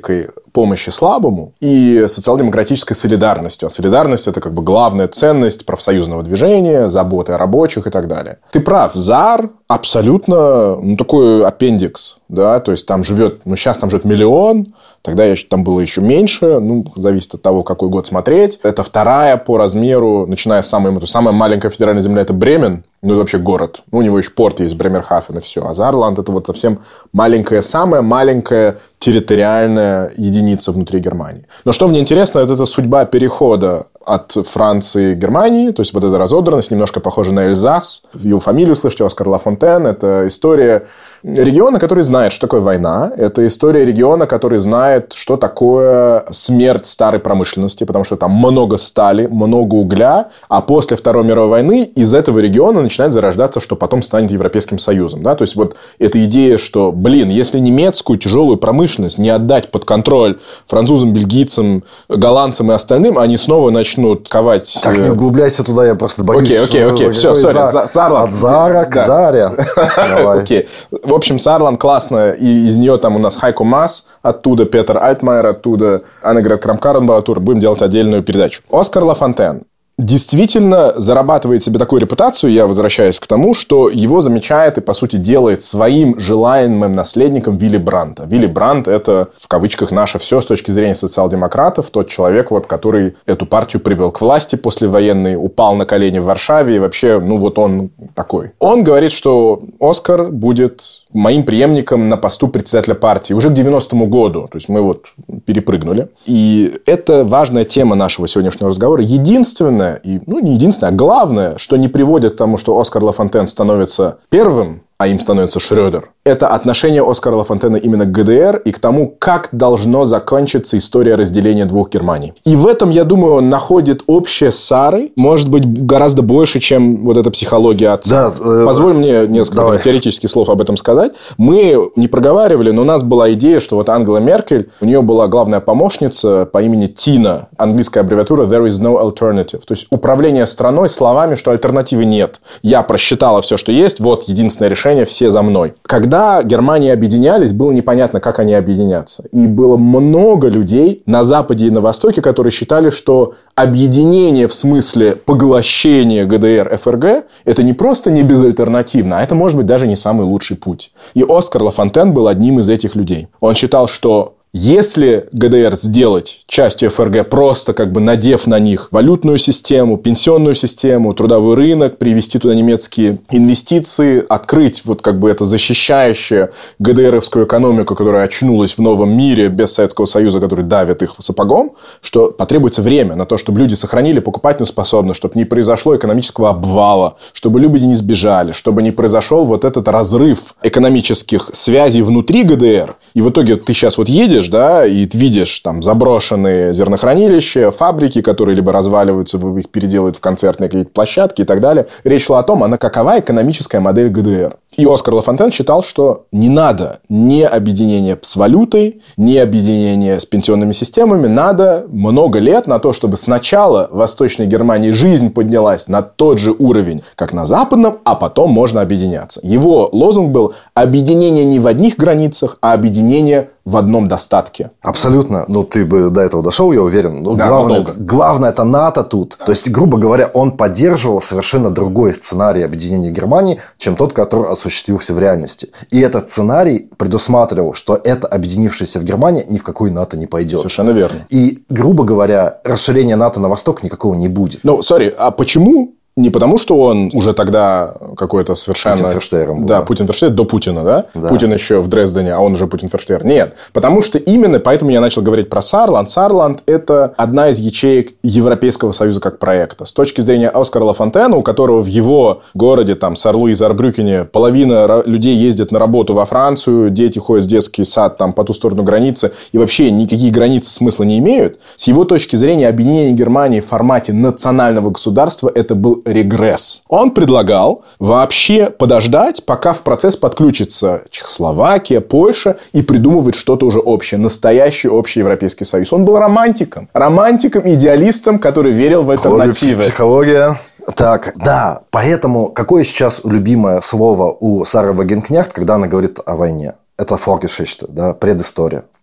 помощи слабому и социал-демократической солидарностью. А солидарность – это как бы главная ценность профсоюзного движения, заботы о рабочих и так далее. Ты прав, ЗАР абсолютно ну, такой аппендикс. Да? То есть, там живет, ну, сейчас там живет миллион, тогда там было еще меньше, ну, зависит от того, какой год смотреть. Это вторая по размеру, начиная с самой... Самая маленькая федеральная земля – это Бремен, ну, это вообще город. Ну, у него еще порт есть, Бремерхафен, и все. А Саарланд – это вот совсем маленькая, самая маленькая территориальная единица внутри Германии. Но что мне интересно, это, это судьба перехода от Франции к Германии. То есть, вот эта разодранность немножко похожа на Эльзас. Его фамилию слышите, Оскар Лафонтен. Это история региона, который знает, что такое война. Это история региона, который знает, что такое смерть старой промышленности. Потому что там много стали, много угля. А после Второй мировой войны из этого региона начинает зарождаться, что потом станет Европейским Союзом. Да? То есть, вот эта идея, что, блин, если немецкую тяжелую промышленность не отдать под контроль французам, бельгийцам, голландцам и остальным, они снова начнут ковать... Так, не углубляйся туда, я просто боюсь. Окей, окей, окей, все, сори, Саарланд. От Зара к Заре. Окей. В общем, Саарланд классно, и из нее там у нас Хайко Маас, оттуда Петер Альтмайер, оттуда Аннегрет Крамп-Карренбаутур. Будем делать отдельную передачу. Оскар Лафонтен действительно зарабатывает себе такую репутацию, я возвращаюсь к тому, что его замечает и, по сути, делает своим желаемым наследником Вилли Брандта. Вилли Брандт – это, в кавычках, наше все с точки зрения социал-демократов. Тот человек, вот, который эту партию привел к власти послевоенной, упал на колени в Варшаве. И вообще, ну, вот он такой. Он говорит, что Оскар будет моим преемником на посту председателя партии уже к девяностому году. То есть, мы вот перепрыгнули. И это важная тема нашего сегодняшнего разговора. Единственное, и, ну, не единственное, а главное, что не приводит к тому, что Оскар Лафонтен становится первым, а им становится Шрёдер, это отношение Оскара Лафонтена именно к ГДР и к тому, как должно закончиться история разделения двух Германий. И в этом, я думаю, он находит общее с Сарой, может быть, гораздо больше, чем вот эта психология отца. Да, Позволь э, мне несколько давай. теоретических слов об этом сказать. Мы не проговаривали, но у нас была идея, что вот Ангела Меркель, у нее была главная помощница по имени Тина, английская аббревиатура «There is no alternative». То есть, управление страной словами, что альтернативы нет. Я просчитала все, что есть, вот единственное решение, все за мной. Когда Германии объединялись, было непонятно, как они объединятся. И было много людей на Западе и на Востоке, которые считали, что объединение в смысле поглощения ГДР, ФРГ это не просто не безальтернативно, а это может быть даже не самый лучший путь. И Оскар Лафонтен был одним из этих людей. Он считал, что если ГДР сделать частью ФРГ, просто как бы надев на них валютную систему, пенсионную систему, трудовой рынок, привести туда немецкие инвестиции, открыть вот как бы это защищающее ГДРовскую экономику, которая очнулась в новом мире без Советского Союза, который давит их сапогом, что потребуется время на то, чтобы люди сохранили покупательную способность, чтобы не произошло экономического обвала, чтобы люди не сбежали, чтобы не произошел вот этот разрыв экономических связей внутри ГДР. И в итоге ты сейчас вот едешь, да, и видишь там заброшенные зернохранилища, фабрики, которые либо разваливаются, их переделывают в концертные какие-то площадки и так далее. Речь шла о том, она какова экономическая модель ГДР. И Оскар Лафонтен считал, что не надо ни объединения с валютой, ни объединения с пенсионными системами. Надо много лет на то, чтобы сначала в Восточной Германии жизнь поднялась на тот же уровень, как на Западном, а потом можно объединяться. Его лозунг был объединение не в одних границах, а объединение в одном достатке. Абсолютно. Ну, ты бы до этого дошел, я уверен. Ну, да, главное, главное, это НАТО тут. То есть, грубо говоря, он поддерживал совершенно другой сценарий объединения Германии, чем тот, который осуществился в реальности. И этот сценарий предусматривал, что это объединившаяся в Германии ни в какой НАТО не пойдет. Совершенно верно. И, грубо говоря, расширения НАТО на восток никакого не будет. Ну, сори, а почему... Не потому, что он уже тогда какой-то совершенно... Путин-ферштейером был. Да, Путин-ферштейер до Путина, да? да? Путин еще в Дрездене, а он уже Путин-ферштейер. Нет. Потому что именно поэтому я начал говорить про Саарланд. Саарланд – это одна из ячеек Европейского Союза как проекта. С точки зрения Оскара Лафонтена, у которого в его городе, там, Сарлу и Зарбрюкене, половина людей ездит на работу во Францию, дети ходят в детский сад там, по ту сторону границы, и вообще никакие границы смысла не имеют. С его точки зрения, объединение Германии в формате национального государства – это был регресс. Он предлагал вообще подождать, пока в процесс подключится Чехословакия, Польша и придумывать что-то уже общее. Настоящий общий Европейский Союз. Он был романтиком. Романтиком, идеалистом, который верил в альтернативы. Психология. Так, да. Поэтому какое сейчас любимое слово у Сары Вагенкнехт, когда она говорит о войне? Это Vorgeschichte, да, предыстория.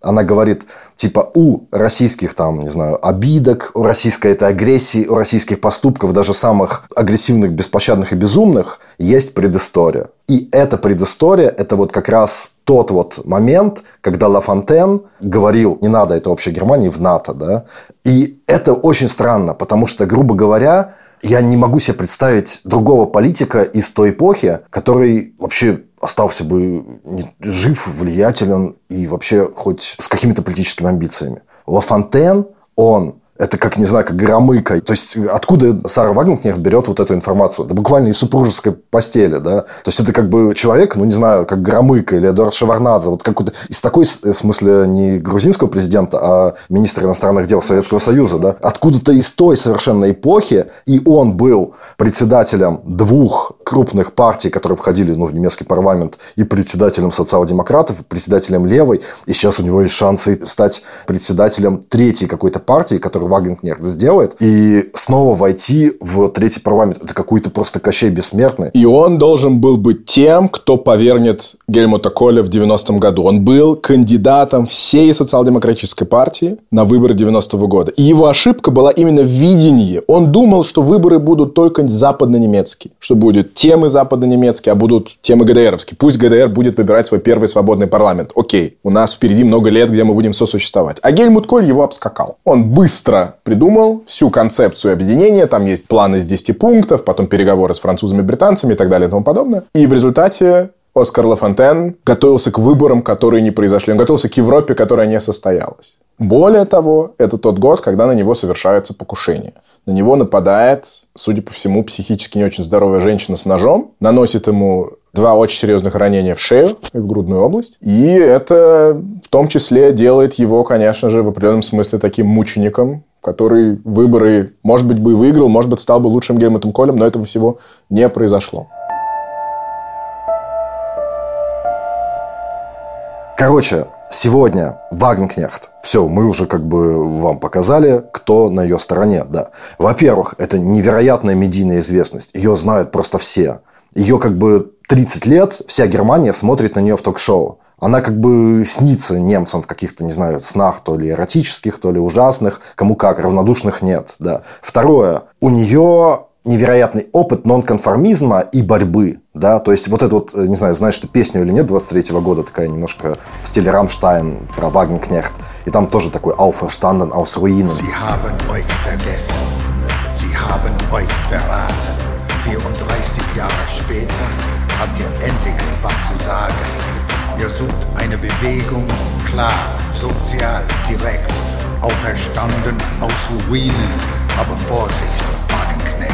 Она говорит, типа, у российских, там, не знаю, обидок, у российской этой агрессии, у российских поступков, даже самых агрессивных, беспощадных и безумных, есть предыстория. И эта предыстория, это вот как раз тот вот момент, когда Ла Фонтен говорил, не надо это общей Германии в НАТО, да. И это очень странно, потому что, грубо говоря, я не могу себе представить другого политика из той эпохи, который вообще остался бы жив, влиятелен и вообще хоть с какими-то политическими амбициями. Ла Фонтен, он... Это как, не знаю, как Громыко. То есть, откуда Сара Вагенкнехт берет вот эту информацию? Да буквально из супружеской постели, да? То есть, это как бы человек, ну, не знаю, как Громыко или Эдуард Шеварднадзе. Вот какой-то из такой, в смысле, не грузинского президента, а министра иностранных дел Советского Союза, да? Откуда-то из той совершенно эпохи. И он был председателем двух крупных партий, которые входили, ну, в немецкий парламент, и председателем социал-демократов, и председателем левой. И сейчас у него есть шансы стать председателем третьей какой-то партии, которая Вагенкнехт сделает, и снова войти в третий парламент. Это какой-то просто Кощей Бессмертный. И он должен был быть тем, кто повергнет Гельмута Коля в девяностом году. Он был кандидатом всей социал-демократической партии на выборы девяностого года. И его ошибка была именно в видении. Он думал, что выборы будут только западно-немецкие. Что будет темы западно-немецкие, а будут темы ГДРовские. Пусть ГДР будет выбирать свой первый свободный парламент. Окей, у нас впереди много лет, где мы будем сосуществовать. А Гельмут Коль его обскакал. Он быстро придумал всю концепцию объединения. Там есть план из десяти пунктов, потом переговоры с французами, британцами и так далее и тому подобное. И в результате Оскар Ла Фонтен готовился к выборам, которые не произошли. Он готовился к Европе, которая не состоялась. Более того, это тот год, когда на него совершаются покушения. На него нападает, судя по всему, психически не очень здоровая женщина с ножом, наносит ему два очень серьезных ранения в шею и в грудную область. И это в том числе делает его, конечно же, в определенном смысле таким мучеником, который выборы, может быть, бы и выиграл, может быть, стал бы лучшим Гельмутом Колем, но этого всего не произошло. Короче, сегодня Вагенкнехт. Все, мы уже как бы вам показали, кто на ее стороне. Да. Во-первых, это невероятная медийная известность. Ее знают просто все. Ее как бы тридцать лет вся Германия смотрит на нее в ток-шоу. Она как бы снится немцам в каких-то, не знаю, снах, то ли эротических, то ли ужасных. Кому как, равнодушных нет. Да. Второе, у нее невероятный опыт нонконформизма и борьбы. Да? То есть, вот это вот, не знаю, знаешь ты песню или нет, двадцать третьего года, такая немножко в стиле Рамштайн про Вагенкнехт. И там тоже такой «Auferstanden aus Ruinen». Sie haben euch vergessen. Sie haben euch verraten. vierunddreißig Jahre später habt ihr endlich was zu sagen. Ihr sucht eine Bewegung, klar, sozial, direkt. Auferstanden aus Ruinen. Aber Vorsicht, Wagenknecht.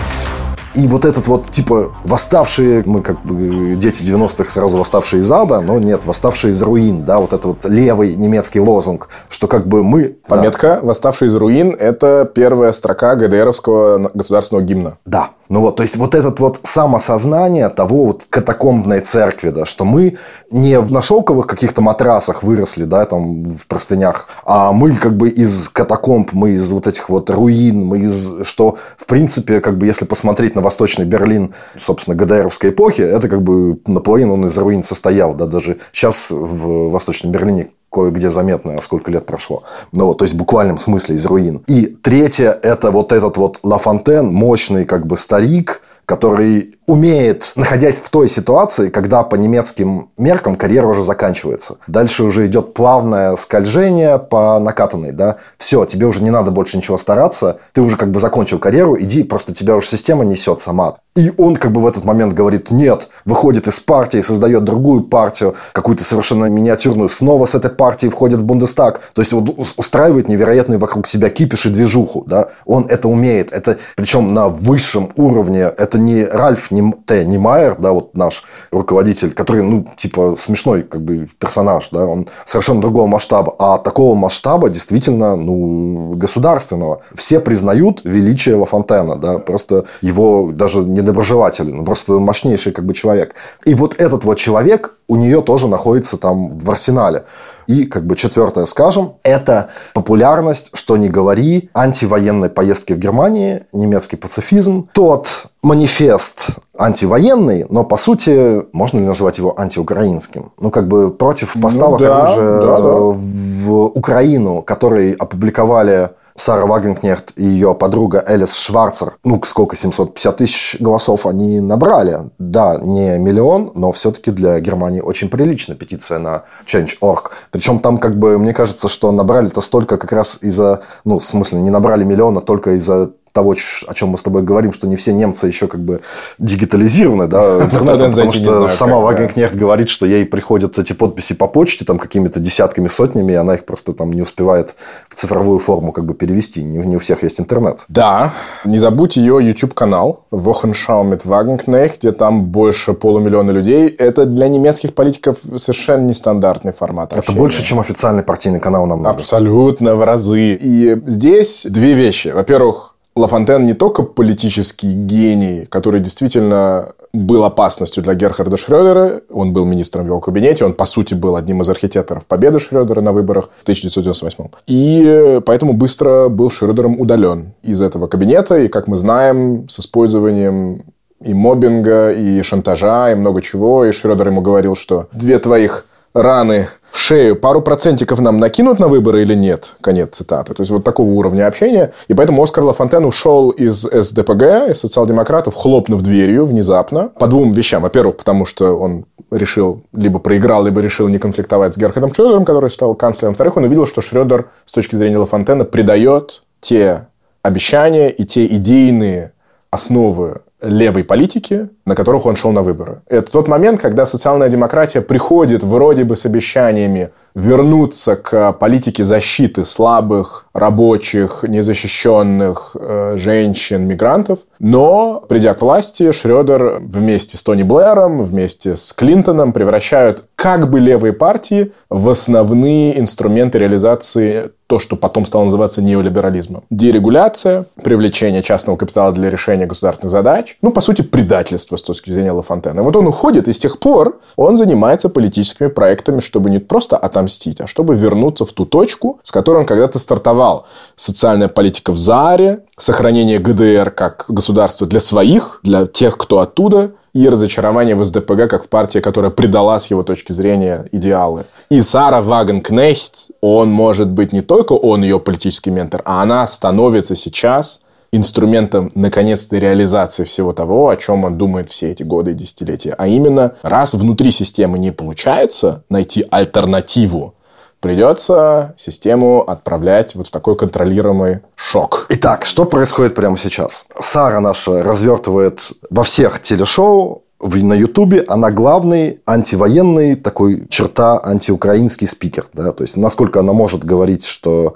И вот этот вот, типа, восставшие, мы как бы дети девяностых сразу восставшие из ада, но нет, восставшие из руин, да, вот это вот левый немецкий лозунг, что как бы мы... Пометка да. «Восставшие из руин» – это первая строка ГДРовского государственного гимна. Да. Ну вот, то есть, вот это вот самосознание того вот катакомбной церкви, да, что мы не на шелковых каких-то матрасах выросли, да, там, в простынях, а мы как бы из катакомб, мы из вот этих вот руин, мы из... Что, в принципе, как бы, если посмотреть на Восточный Берлин, собственно, ГДРовской эпохи, это как бы наполовину он из руин состоял, да, даже сейчас в Восточном Берлине кое-где заметно, сколько лет прошло. Ну, вот, то есть, в буквальном смысле из руин. И третье, это вот этот вот Ла Фонтен, мощный как бы старик, который умеет, находясь в той ситуации, когда по немецким меркам карьера уже заканчивается. Дальше уже идет плавное скольжение по накатанной, да. Все, тебе уже не надо больше ничего стараться. Ты уже как бы закончил карьеру, иди, просто тебя уже система несет сама. И он как бы в этот момент говорит нет, выходит из партии, создает другую партию, какую-то совершенно миниатюрную, снова с этой партии входит в Бундестаг. То есть, вот устраивает невероятный вокруг себя кипиш и движуху, да. Он это умеет. Это, причем на высшем уровне. Это не Ральф Т. Немайер, да, вот наш руководитель, который, ну, типа, смешной как бы персонаж, да, он совершенно другого масштаба, а такого масштаба действительно, ну, государственного. Все признают величие Ла Фонтена, да, просто его даже недоброжелатели, ну, просто мощнейший как бы человек. И вот этот вот человек, у нее тоже находится там в арсенале. И, как бы, четвертое, скажем, это популярность, что ни говори, антивоенной поездки в Германии, немецкий пацифизм. Тот манифест антивоенный, но, по сути, можно ли назвать его антиукраинским? Ну, как бы, против поставок ну, да, оружия да, да. в Украину, который опубликовали Сара Вагенкнехт и ее подруга Элис Шварцер, ну, сколько, семьсот пятьдесят тысяч голосов они набрали. Да, не миллион, но все-таки для Германии очень прилично петиция на Change точка орг. Причем там, как бы, мне кажется, что набрали-то столько как раз из-за, ну, в смысле, не набрали миллиона только из-за того, о чем мы с тобой говорим, что не все немцы еще как бы дигитализированы, да, интернетом, потому что сама Вагенкнехт говорит, что ей приходят эти подписи по почте там какими-то десятками, сотнями, и она их просто там не успевает в цифровую форму как бы перевести. Не, не у всех есть интернет. Да. Не забудь ее YouTube-канал Wochenschau mit Wagenknecht, где там больше полумиллиона людей. Это для немецких политиков совершенно нестандартный формат общения. Это больше, чем официальный партийный канал намного. Абсолютно, в разы. И здесь две вещи. Во-первых, Лафонтен не только политический гений, который действительно был опасностью для Герхарда Шрёдера. Он был министром в его кабинете. Он, по сути, был одним из архитекторов победы Шрёдера на выборах в тысяча девятьсот девяносто восьмом. И поэтому быстро был Шрёдером удален из этого кабинета. И, как мы знаем, с использованием и моббинга, и шантажа, и много чего. И Шрёдер ему говорил, что две твоих раны в шею, пару процентиков нам накинут на выборы или нет? Конец цитаты. То есть, вот такого уровня общения. И поэтому Оскар Лафонтен ушел из эс дэ пэ гэ, из социал-демократов, хлопнув дверью внезапно. По двум вещам. Во-первых, потому что он решил, либо проиграл, либо решил не конфликтовать с Герхардом Шрёдером, который стал канцлером. Во-вторых, он увидел, что Шрёдер, с точки зрения Лафонтена, предает те обещания и те идейные основы левой политики, на которых он шел на выборы. Это тот момент, когда социальная демократия приходит вроде бы с обещаниями вернуться к политике защиты слабых, рабочих, незащищенных э, женщин, мигрантов. Но, придя к власти, Шрёдер вместе с Тони Блэром, вместе с Клинтоном превращают как бы левые партии в основные инструменты реализации то, что потом стало называться неолиберализмом. Дерегуляция, привлечение частного капитала для решения государственных задач. Ну, по сути, предательство с точки зрения Лафонтена. И вот он уходит, и с тех пор он занимается политическими проектами, чтобы не просто отомстить, а чтобы вернуться в ту точку, с которой он когда-то стартовал. Социальная политика в ЗААРе, сохранение гэ дэ эр как государства для своих, для тех, кто оттуда, и разочарование в эс дэ пэ гэ как в партии, которая предала с его точки зрения идеалы. И Сара Вагенкнехт, он может быть не только он ее политический ментор, а она становится сейчас инструментом, наконец-то, реализации всего того, о чем он думает все эти годы и десятилетия. А именно, раз внутри системы не получается найти альтернативу, придется систему отправлять вот в такой контролируемый шок. Итак, что происходит прямо сейчас? Сара наша развертывает во всех телешоу, на Ютубе она главный антивоенный, такой черта антиукраинский спикер. Да? То есть, насколько она может говорить, что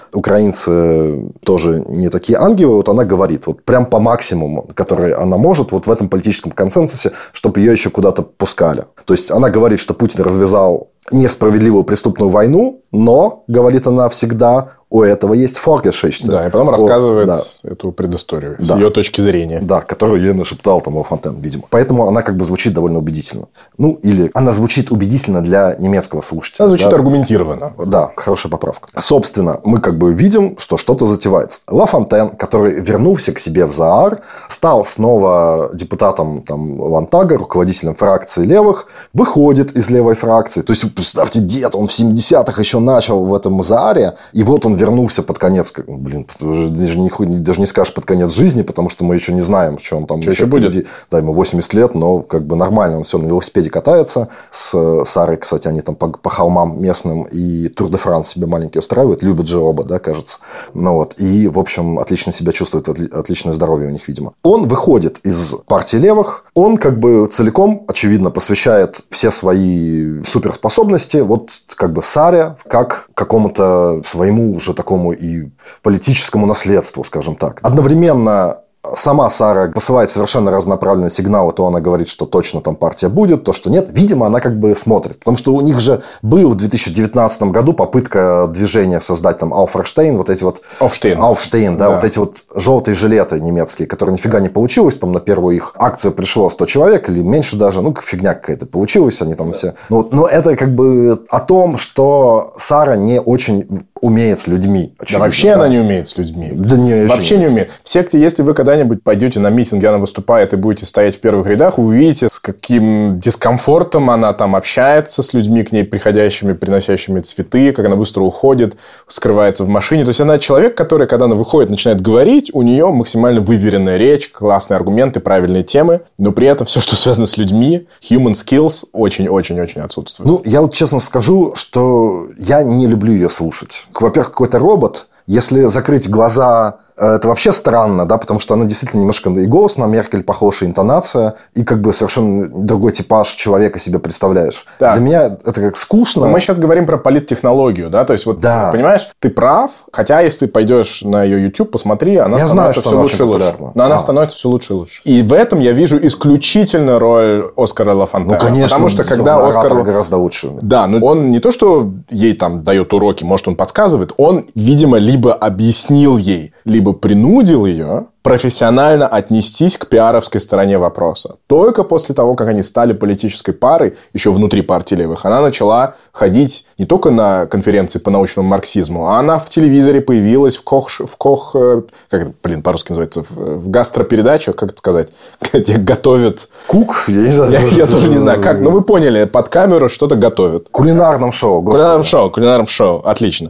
украинцы тоже не такие ангелы, вот она говорит, вот прям по максимуму, который она может, вот в этом политическом консенсусе, чтобы ее еще куда-то пускали. То есть, она говорит, что Путин развязал несправедливую преступную войну, но, говорит она всегда, у этого есть Vorgeschichte. Да, и потом рассказывает О, да. эту предысторию да. с ее точки зрения. Да, которую ей нашептал там Лафонтен, видимо. Поэтому она как бы звучит довольно убедительно. Ну, или она звучит убедительно для немецкого слушателя. Она звучит да? аргументированно. Да, хорошая поправка. Собственно, мы как бы видим, что что-то затевается. Лафонтен, который вернулся к себе в ЗААР, стал снова депутатом там, Лантага, руководителем фракции левых, выходит из левой фракции. То есть, представьте, дед, он в семидесятых еще начал в этом ЗААРе, и вот он вернулся под конец, блин, даже не, даже не скажешь под конец жизни, потому что мы еще не знаем, что он там что еще будет. Впереди. Да, ему восемьдесят лет, но как бы нормально, он все на велосипеде катается. С Сарой, кстати, они там по, по холмам местным и Тур де Франс себе маленький устраивают, любят же оба, да, кажется. Ну вот, и, в общем, отлично себя чувствует, отличное здоровье у них, видимо. Он выходит из партии левых, он как бы целиком, очевидно, посвящает все свои суперспособности вот как бы Саре, как какому-то своему уже такому и политическому наследству, скажем так. Одновременно Сама Сара посылает совершенно разнонаправленные сигналы. То она говорит, что точно там партия будет, то, что нет. Видимо, она как бы смотрит. Потому что у них же был в две тысячи девятнадцатом году попытка движения создать там Ауферштейн, вот эти вот... Ауфштейн. Ауфштейн, да, да. Вот эти вот желтые жилеты немецкие, которые нифига не получилось. Там на первую их акцию пришло сто человек или меньше даже. Ну, фигня какая-то получилась. Они там да. все... Ну, но это как бы о том, что Сара не очень умеет с людьми. Да вообще да. она не умеет с людьми. Да не, вообще не, не умеет. В секте, если вы когда-нибудь пойдете на митинг, где она выступает, и будете стоять в первых рядах, вы увидите, с каким дискомфортом она там общается с людьми, к ней приходящими, приносящими цветы, как она быстро уходит, скрывается в машине. То есть, она человек, который, когда она выходит, начинает говорить, у нее максимально выверенная речь, классные аргументы, правильные темы, но при этом все, что связано с людьми, human skills, очень-очень-очень отсутствует. Ну, я вот честно скажу, что я не люблю ее слушать. Во-первых, какой-то робот. Если закрыть глаза, это вообще странно, да, потому что она действительно немножко и голос на Меркель похож, и интонация, и как бы совершенно другой типаж человека себе представляешь. Так. Для меня это как скучно. Но мы сейчас говорим про политтехнологию, да, то есть вот, да. понимаешь, ты прав, хотя если ты пойдешь на ее YouTube, посмотри, она я становится знаю, все лучше и лучше. Но а. она становится все лучше и лучше. И в этом я вижу исключительно роль Оскара Лафонтена. Ну, конечно, потому что когда Оскар гораздо лучше. Да, но он не то, что ей там дает уроки, может, он подсказывает, он, видимо, либо объяснил ей, либо принудил ее профессионально отнестись к пиаровской стороне вопроса. Только после того, как они стали политической парой, еще внутри партии левых, она начала ходить не только на конференции по научному марксизму, а она в телевизоре появилась, в кох... В кох как это, блин, по-русски называется? В, в гастропередачах, как это сказать? Где готовят... Кук? Я, не знаю. я, я тоже не знаю, как. Но вы поняли, под камеру что-то готовят. Кулинарном шоу. Господи. Кулинарном шоу, кулинарном шоу. Отлично.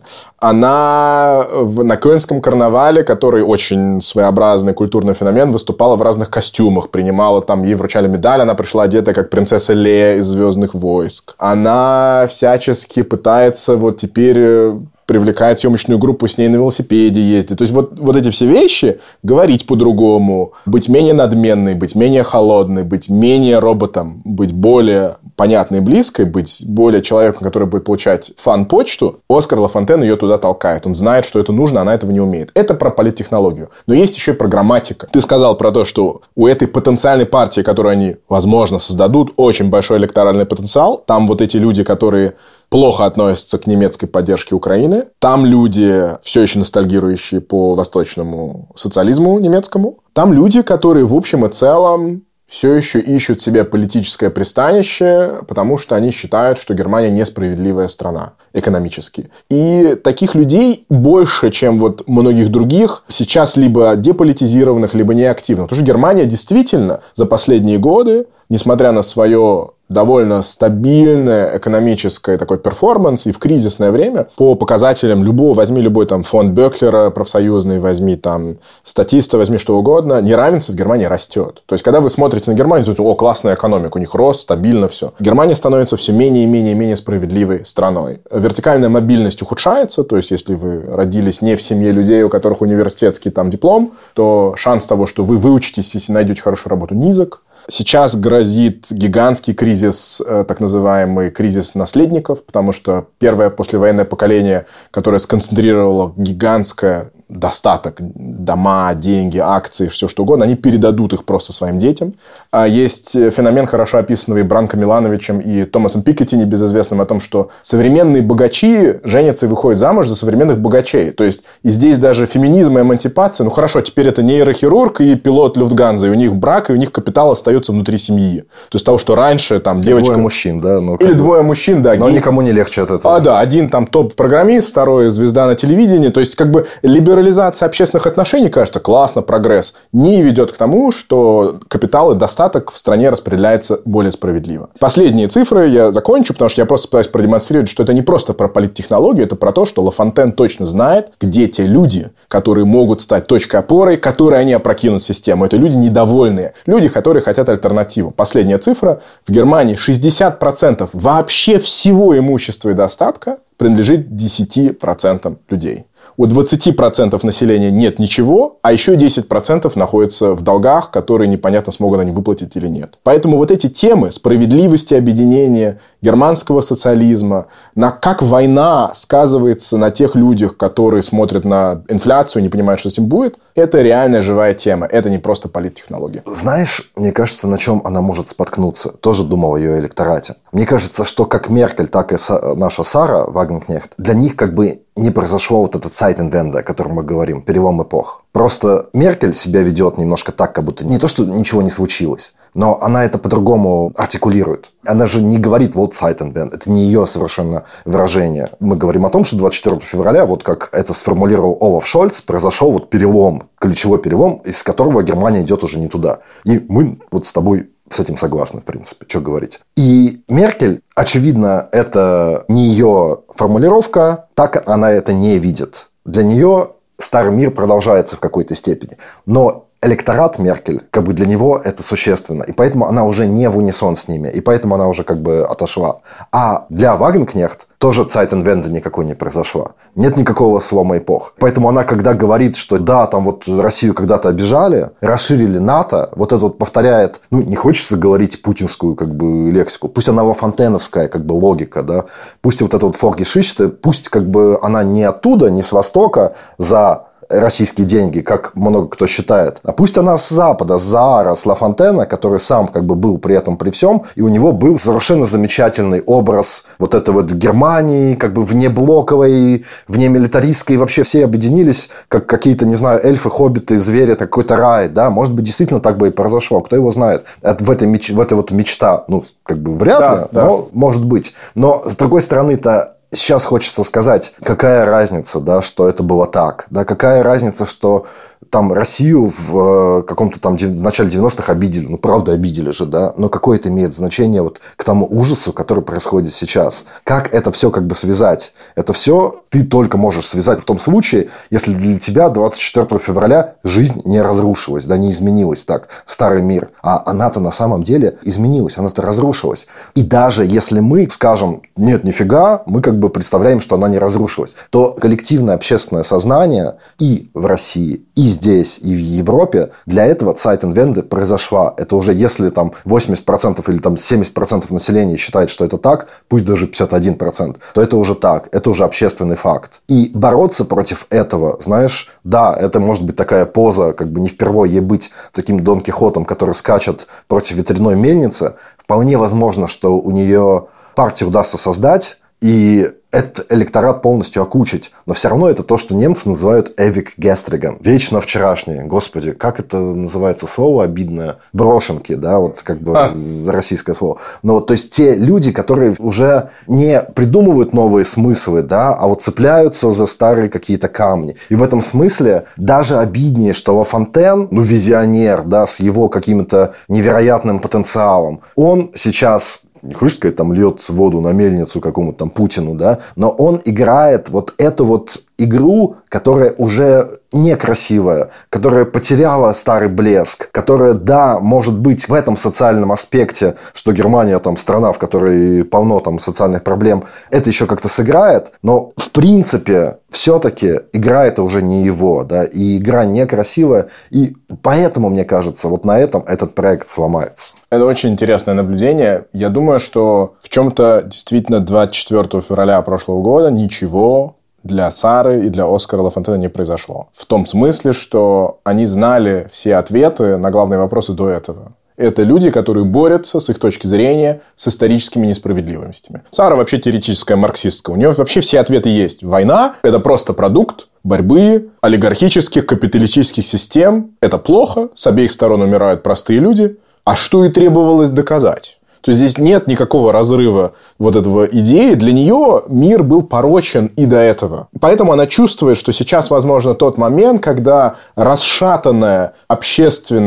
Она в, на Кёльнском карнавале, который очень своеобразный культурный феномен, выступала в разных костюмах, принимала там, ей вручали медаль, она пришла одетая как принцесса Лея из «Звездных войск». Она всячески пытается вот теперь привлекает съемочную группу, с ней на велосипеде ездит. То есть, вот, вот эти все вещи, говорить по-другому, быть менее надменной, быть менее холодной, быть менее роботом, быть более понятной и близкой, быть более человеком, который будет получать фан-почту, Оскар Лафонтен ее туда толкает. Он знает, что это нужно, она этого не умеет. Это про политтехнологию. Но есть еще и про грамматика. Ты сказал про то, что у этой потенциальной партии, которую они, возможно, создадут, очень большой электоральный потенциал. Там вот эти люди, которые плохо относятся к немецкой поддержке Украины. Там люди, все еще ностальгирующие по восточному социализму немецкому. Там люди, которые в общем и целом все еще ищут себе политическое пристанище, потому что они считают, что Германия несправедливая страна экономически. И таких людей больше, чем вот многих других, сейчас либо деполитизированных, либо неактивных. Потому что Германия действительно за последние годы, несмотря на свое довольно стабильное экономическое такой перформанс и в кризисное время по показателям любого, возьми любой там фонд Бёклера профсоюзный, возьми там статиста, возьми что угодно, неравенство в Германии растет. То есть, когда вы смотрите на Германию, думаете, о, классная экономика, у них рост, стабильно все. Германия становится все менее и менее и менее справедливой страной. Вертикальная мобильность ухудшается, то есть, если вы родились не в семье людей, у которых университетский там диплом, то шанс того, что вы выучитесь, если найдете хорошую работу, низок. Сейчас грозит гигантский кризис, так называемый кризис наследников, потому что первое послевоенное поколение, которое сконцентрировало гигантское достаток, дома, деньги, акции, все что угодно, они передадут их просто своим детям. А есть феномен, хорошо описанный Бранко Милановичем и Томасом Piketty, небезызвестным, о том, что современные богачи женятся и выходят замуж за современных богачей. То есть, и здесь даже феминизм и эмансипация, ну хорошо, теперь это нейрохирург и пилот Люфтганзы, и у них брак, и у них капитал остается внутри семьи. То есть, того, что раньше там и девочка... Двое мужчин, да? Ну, Или бы... двое мужчин, да. Но гей... никому не легче от этого. А, да, один там топ-программист, второй звезда на телевидении. То есть, как бы либерализация общественных отношений, кажется, классно, прогресс, не ведет к тому, что капитал и достаток в стране распределяется более справедливо. Последние цифры я закончу, потому что я просто пытаюсь продемонстрировать, что это не просто про политтехнологию, это про то, что Лафонтен точно знает, где те люди, которые могут стать точкой опоры, которые они опрокинут систему. Это люди недовольные, люди, которые хотят альтернативу. Последняя цифра. В Германии шестьдесят процентов вообще всего имущества и достатка принадлежит десяти процентам людей. у двадцати процентов населения нет ничего, а еще десять процентов находятся в долгах, которые непонятно, смогут они выплатить или нет. Поэтому вот эти темы справедливости объединения, германского социализма, на как война сказывается на тех людях, которые смотрят на инфляцию и не понимают, что с этим будет, это реальная живая тема. Это не просто политтехнология. Знаешь, мне кажется, на чем она может споткнуться. Тоже думал о ее электорате. Мне кажется, что как Меркель, так и наша Сара Вагенкнехт, для них как бы не произошло вот этот Zeitenwende, о котором мы говорим, перелом эпох. Просто Меркель себя ведет немножко так, как будто не то, что ничего не случилось, но она это по-другому артикулирует. Она же не говорит вот Zeitenwende, это не ее совершенно выражение. Мы говорим о том, что двадцать четвёртого февраля, вот как это сформулировал Олаф Шольц, произошел вот перелом, ключевой перелом, из которого Германия идет уже не туда. И мы вот с тобой с этим согласны, в принципе, что говорить. И Меркель, очевидно, это не ее формулировка, так она это не видит. Для нее старый мир продолжается в какой-то степени. Но электорат Меркель, как бы для него это существенно. И поэтому она уже не в унисон с ними. И поэтому она уже как бы отошла. А для Вагенкнехт тоже Zeitenwende никакой не произошла. Нет никакого слома эпох. Поэтому она, когда говорит, что да, там вот Россию когда-то обижали, расширили НАТО, вот это вот повторяет, ну, не хочется говорить путинскую как бы лексику. Пусть она лафонтеновская как бы логика, да. Пусть вот это вот Форгешичте, пусть как бы она не оттуда, не с Востока за российские деньги, как много кто считает. А пусть она с Запада, с Заара, с Лафонтена, который сам как бы был при этом при всем, и у него был совершенно замечательный образ вот этой вот Германии, как бы внеблоковой, внемилитаристской, вообще все объединились, как какие-то, не знаю, эльфы, хоббиты, звери, это какой-то рай, да, может быть, действительно так бы и произошло, кто его знает. Это в этой, меч... в этой вот мечта, ну, как бы вряд да, ли, да. но может быть. Но, с другой стороны-то, сейчас хочется сказать, какая разница, да, что это было так. Да, какая разница, что там Россию в каком-то там в начале девяностых обидели. Ну, правда, обидели же, да. Но какое это имеет значение вот к тому ужасу, который происходит сейчас. Как это все как бы связать? Это все ты только можешь связать в том случае, если для тебя двадцать четвёртого февраля жизнь не разрушилась, да, не изменилась так, старый мир. А она-то на самом деле изменилась, она-то разрушилась. И даже если мы скажем, нет, нифига, мы как бы представляем, что она не разрушилась, то коллективное общественное сознание и в России, и здесь, и в Европе для этого Zeitenwende произошла. Это уже если там восемьдесят процентов или там семьдесят процентов населения считает, что это так, пусть даже пятьдесят один процент, то это уже так, это уже общественный факт. И бороться против этого, знаешь, да, это может быть такая поза, как бы не впервые ей быть таким Дон Кихотом, который скачет против ветряной мельницы. Вполне возможно, что у нее партию удастся создать, и этот электорат полностью окучить. Но все равно это то, что немцы называют «эвик гестриген». Вечно вчерашнее. Господи, как это называется слово обидное? Брошенки, да, вот как бы а. российское слово. Но вот, то есть, те люди, которые уже не придумывают новые смыслы, да, а вот цепляются за старые какие-то камни. И в этом смысле даже обиднее, что Лафонтен, ну, визионер, да, с его каким-то невероятным потенциалом, он сейчас... не хочешь сказать, там, льет воду на мельницу какому-то там Путину, да, но он играет вот эту вот игру, которая уже некрасивая, которая потеряла старый блеск, которая, да, может быть, в этом социальном аспекте, что Германия там страна, в которой полно там социальных проблем, это еще как-то сыграет, но в принципе все-таки игра это уже не его, да, и игра некрасивая, и поэтому, мне кажется, вот на этом этот проект сломается. Это очень интересное наблюдение. Я думаю, что в чем-то действительно двадцать четвёртого февраля прошлого года ничего для Сары и для Оскара Лафонтена не произошло. В том смысле, что они знали все ответы на главные вопросы до этого. Это люди, которые борются, с их точки зрения, с историческими несправедливостями. Сара вообще теоретическая марксистка. У нее вообще все ответы есть. Война – это просто продукт борьбы олигархических, капиталистических систем. Это плохо. С обеих сторон умирают простые люди. А что и требовалось доказать. То есть, здесь нет никакого разрыва вот этого идеи. Для нее мир был порочен и до этого. Поэтому она чувствует, что сейчас, возможно, тот момент, когда расшатанная общественная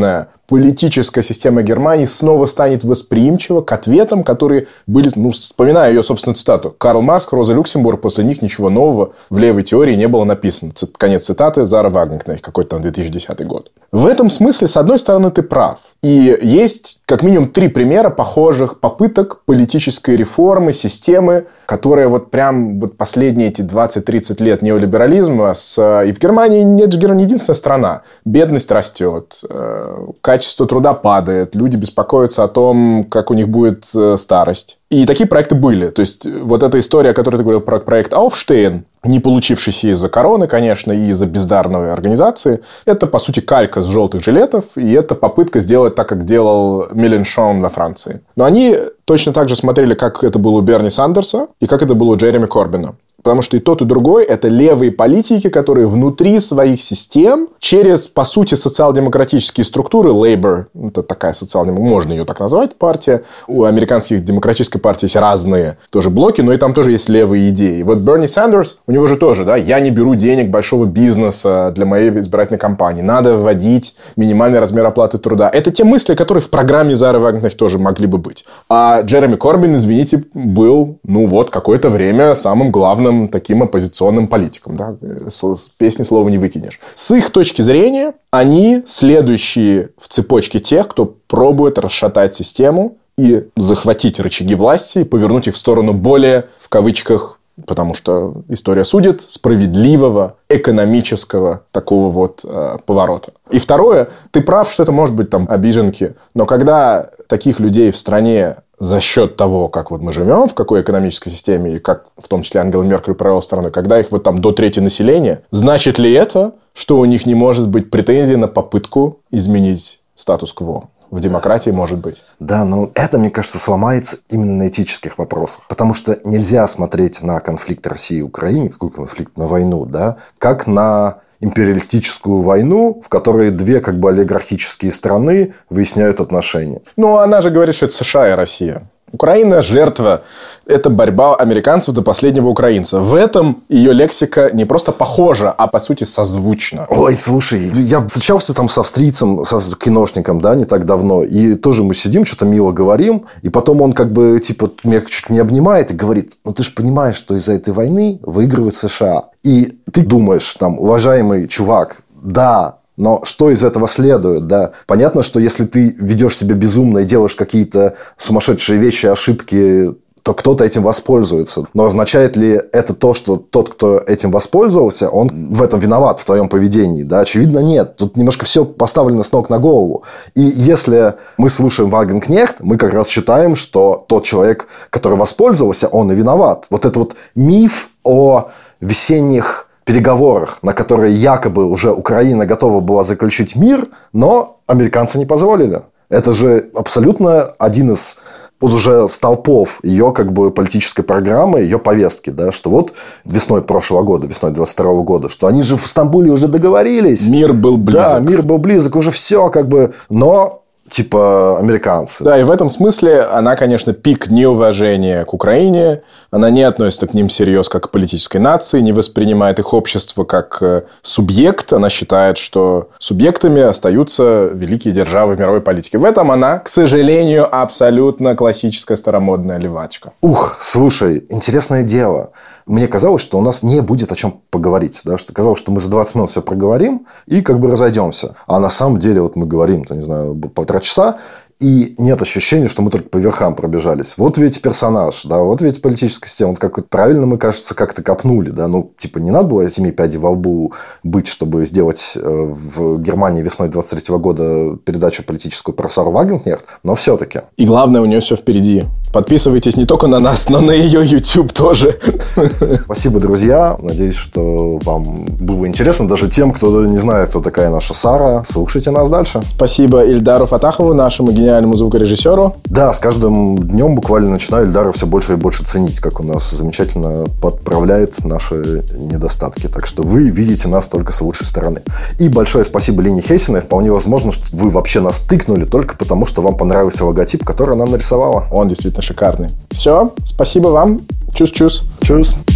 политическая система Германии снова станет восприимчива к ответам, которые были, ну, вспоминаю ее собственную цитату. Карл Маркс, Роза Люксембург, после них ничего нового в левой теории не было написано. Конец цитаты, Зара Вагенкнехт, какой-то там две тысячи десятый год. В этом смысле, с одной стороны, ты прав. И есть как минимум три примера похожих попыток политической реформы, системы, которая вот прям вот последние эти двадцать-тридцать лет неолиберализма с... И в Германии это же не единственная страна. Бедность растет, качество труда падает, люди беспокоятся о том, как у них будет старость. И такие проекты были. То есть, вот эта история, о которой ты говорил, про проект Aufstehen, не получившийся из-за короны, конечно, и из-за бездарной организации, это, по сути, калька с желтых жилетов, и это попытка сделать так, как делал Mélenchon во Франции. Но они точно так же смотрели, как это было у Берни Сандерса и как это было у Джереми Корбина. Потому что и тот, и другой – это левые политики, которые внутри своих систем, через, по сути, социал-демократические структуры, Labour, это такая социал-демократическая, можно ее так назвать, партия. У американских демократической партии есть разные тоже блоки, но и там тоже есть левые идеи. Вот Берни Сандерс, у него же тоже, да, я не беру денег большого бизнеса для моей избирательной кампании. Надо вводить минимальный размер оплаты труда. Это те мысли, которые в программе Зары Вагенкнехт тоже могли бы быть. А Джереми Корбин, извините, был, ну вот, какое-то время самым главным таким оппозиционным политиком. Да? С песни слова не выкинешь. С их точки зрения, они следующие в цепочке тех, кто пробует расшатать систему и захватить рычаги власти и повернуть их в сторону более, в кавычках, потому что история судит, справедливого, экономического такого вот э, поворота. И второе, ты прав, что это может быть там обиженки, но когда таких людей в стране за счет того, как вот мы живем, в какой экономической системе, и как в том числе Ангела Меркель управляла страной, когда их вот там до трети населения, значит ли это, что у них не может быть претензий на попытку изменить статус-кво? В демократии может быть. Да, но это, мне кажется, сломается именно на этических вопросах. Потому что нельзя смотреть на конфликт России и Украины, какой конфликт, на войну, да, как на империалистическую войну, в которой две как бы олигархические страны выясняют отношения. Ну, она же говорит, что это США и Россия. Украина – жертва. Это борьба американцев до последнего украинца. В этом ее лексика не просто похожа, а по сути созвучна. Ой, слушай, я встречался там с австрийцем, с киношником, да, не так давно. И тоже мы сидим, что-то мило говорим. И потом он как бы типа меня чуть не обнимает и говорит: ну ты же понимаешь, что из-за этой войны выигрывает США. И ты думаешь, там, уважаемый чувак, да, но что из этого следует, да? Понятно, что если ты ведешь себя безумно и делаешь какие-то сумасшедшие вещи, ошибки, то кто-то этим воспользуется. Но означает ли это то, что тот, кто этим воспользовался, он в этом виноват, в твоем поведении? Да? Очевидно, нет. Тут немножко все поставлено с ног на голову. И если мы слушаем Вагенкнехт, мы как раз считаем, что тот человек, который воспользовался, он и виноват. Вот это вот миф о весенних переговорах, на которые якобы уже Украина готова была заключить мир, но американцы не позволили. Это же абсолютно один из вот уже столпов ее как бы политической программы, ее повестки, да, что вот весной прошлого года, весной двадцать второго года, что они же в Стамбуле уже договорились. Мир был близок. Да, мир был близок, уже все как бы, но типа американцы. Да, и в этом смысле она, конечно, пик неуважения к Украине. Она не относится к ним всерьез как к политической нации, не воспринимает их общество как субъект. Она считает, что субъектами остаются великие державы в мировой политике. В этом она, к сожалению, абсолютно классическая старомодная левачка. Ух, слушай, интересное дело. Мне казалось, что у нас не будет о чем поговорить. Да? Что казалось, что мы за двадцать минут все проговорим и как бы разойдемся. А на самом деле вот мы говорим, не знаю, полтора часа, и нет ощущения, что мы только по верхам пробежались. Вот ведь персонаж, да, вот ведь политическая система. Вот как правильно мы, кажется, как-то копнули. Да? Ну, типа, не надо было семи пядей во лбу быть, чтобы сделать в Германии весной двадцать третьего года передачу политическую про Сару Вагенкнехт, но все-таки. И главное, у нее все впереди. Подписывайтесь не только на нас, но на ее YouTube тоже. Спасибо, друзья. Надеюсь, что вам было интересно. Даже тем, кто не знает, кто такая наша Сара. Слушайте нас дальше. Спасибо Ильдару Фатахову, нашему гениальному звукорежиссеру. Да, с каждым днем буквально начинаю Ильдара все больше и больше ценить, как у нас замечательно подправляет наши недостатки. Так что вы видите нас только с лучшей стороны. И большое спасибо Лене Хейсиной. Вполне возможно, что вы вообще нас тыкнули только потому, что вам понравился логотип, который она нарисовала. Он действительно шикарный. Все, спасибо вам. Чус-чус. Чус.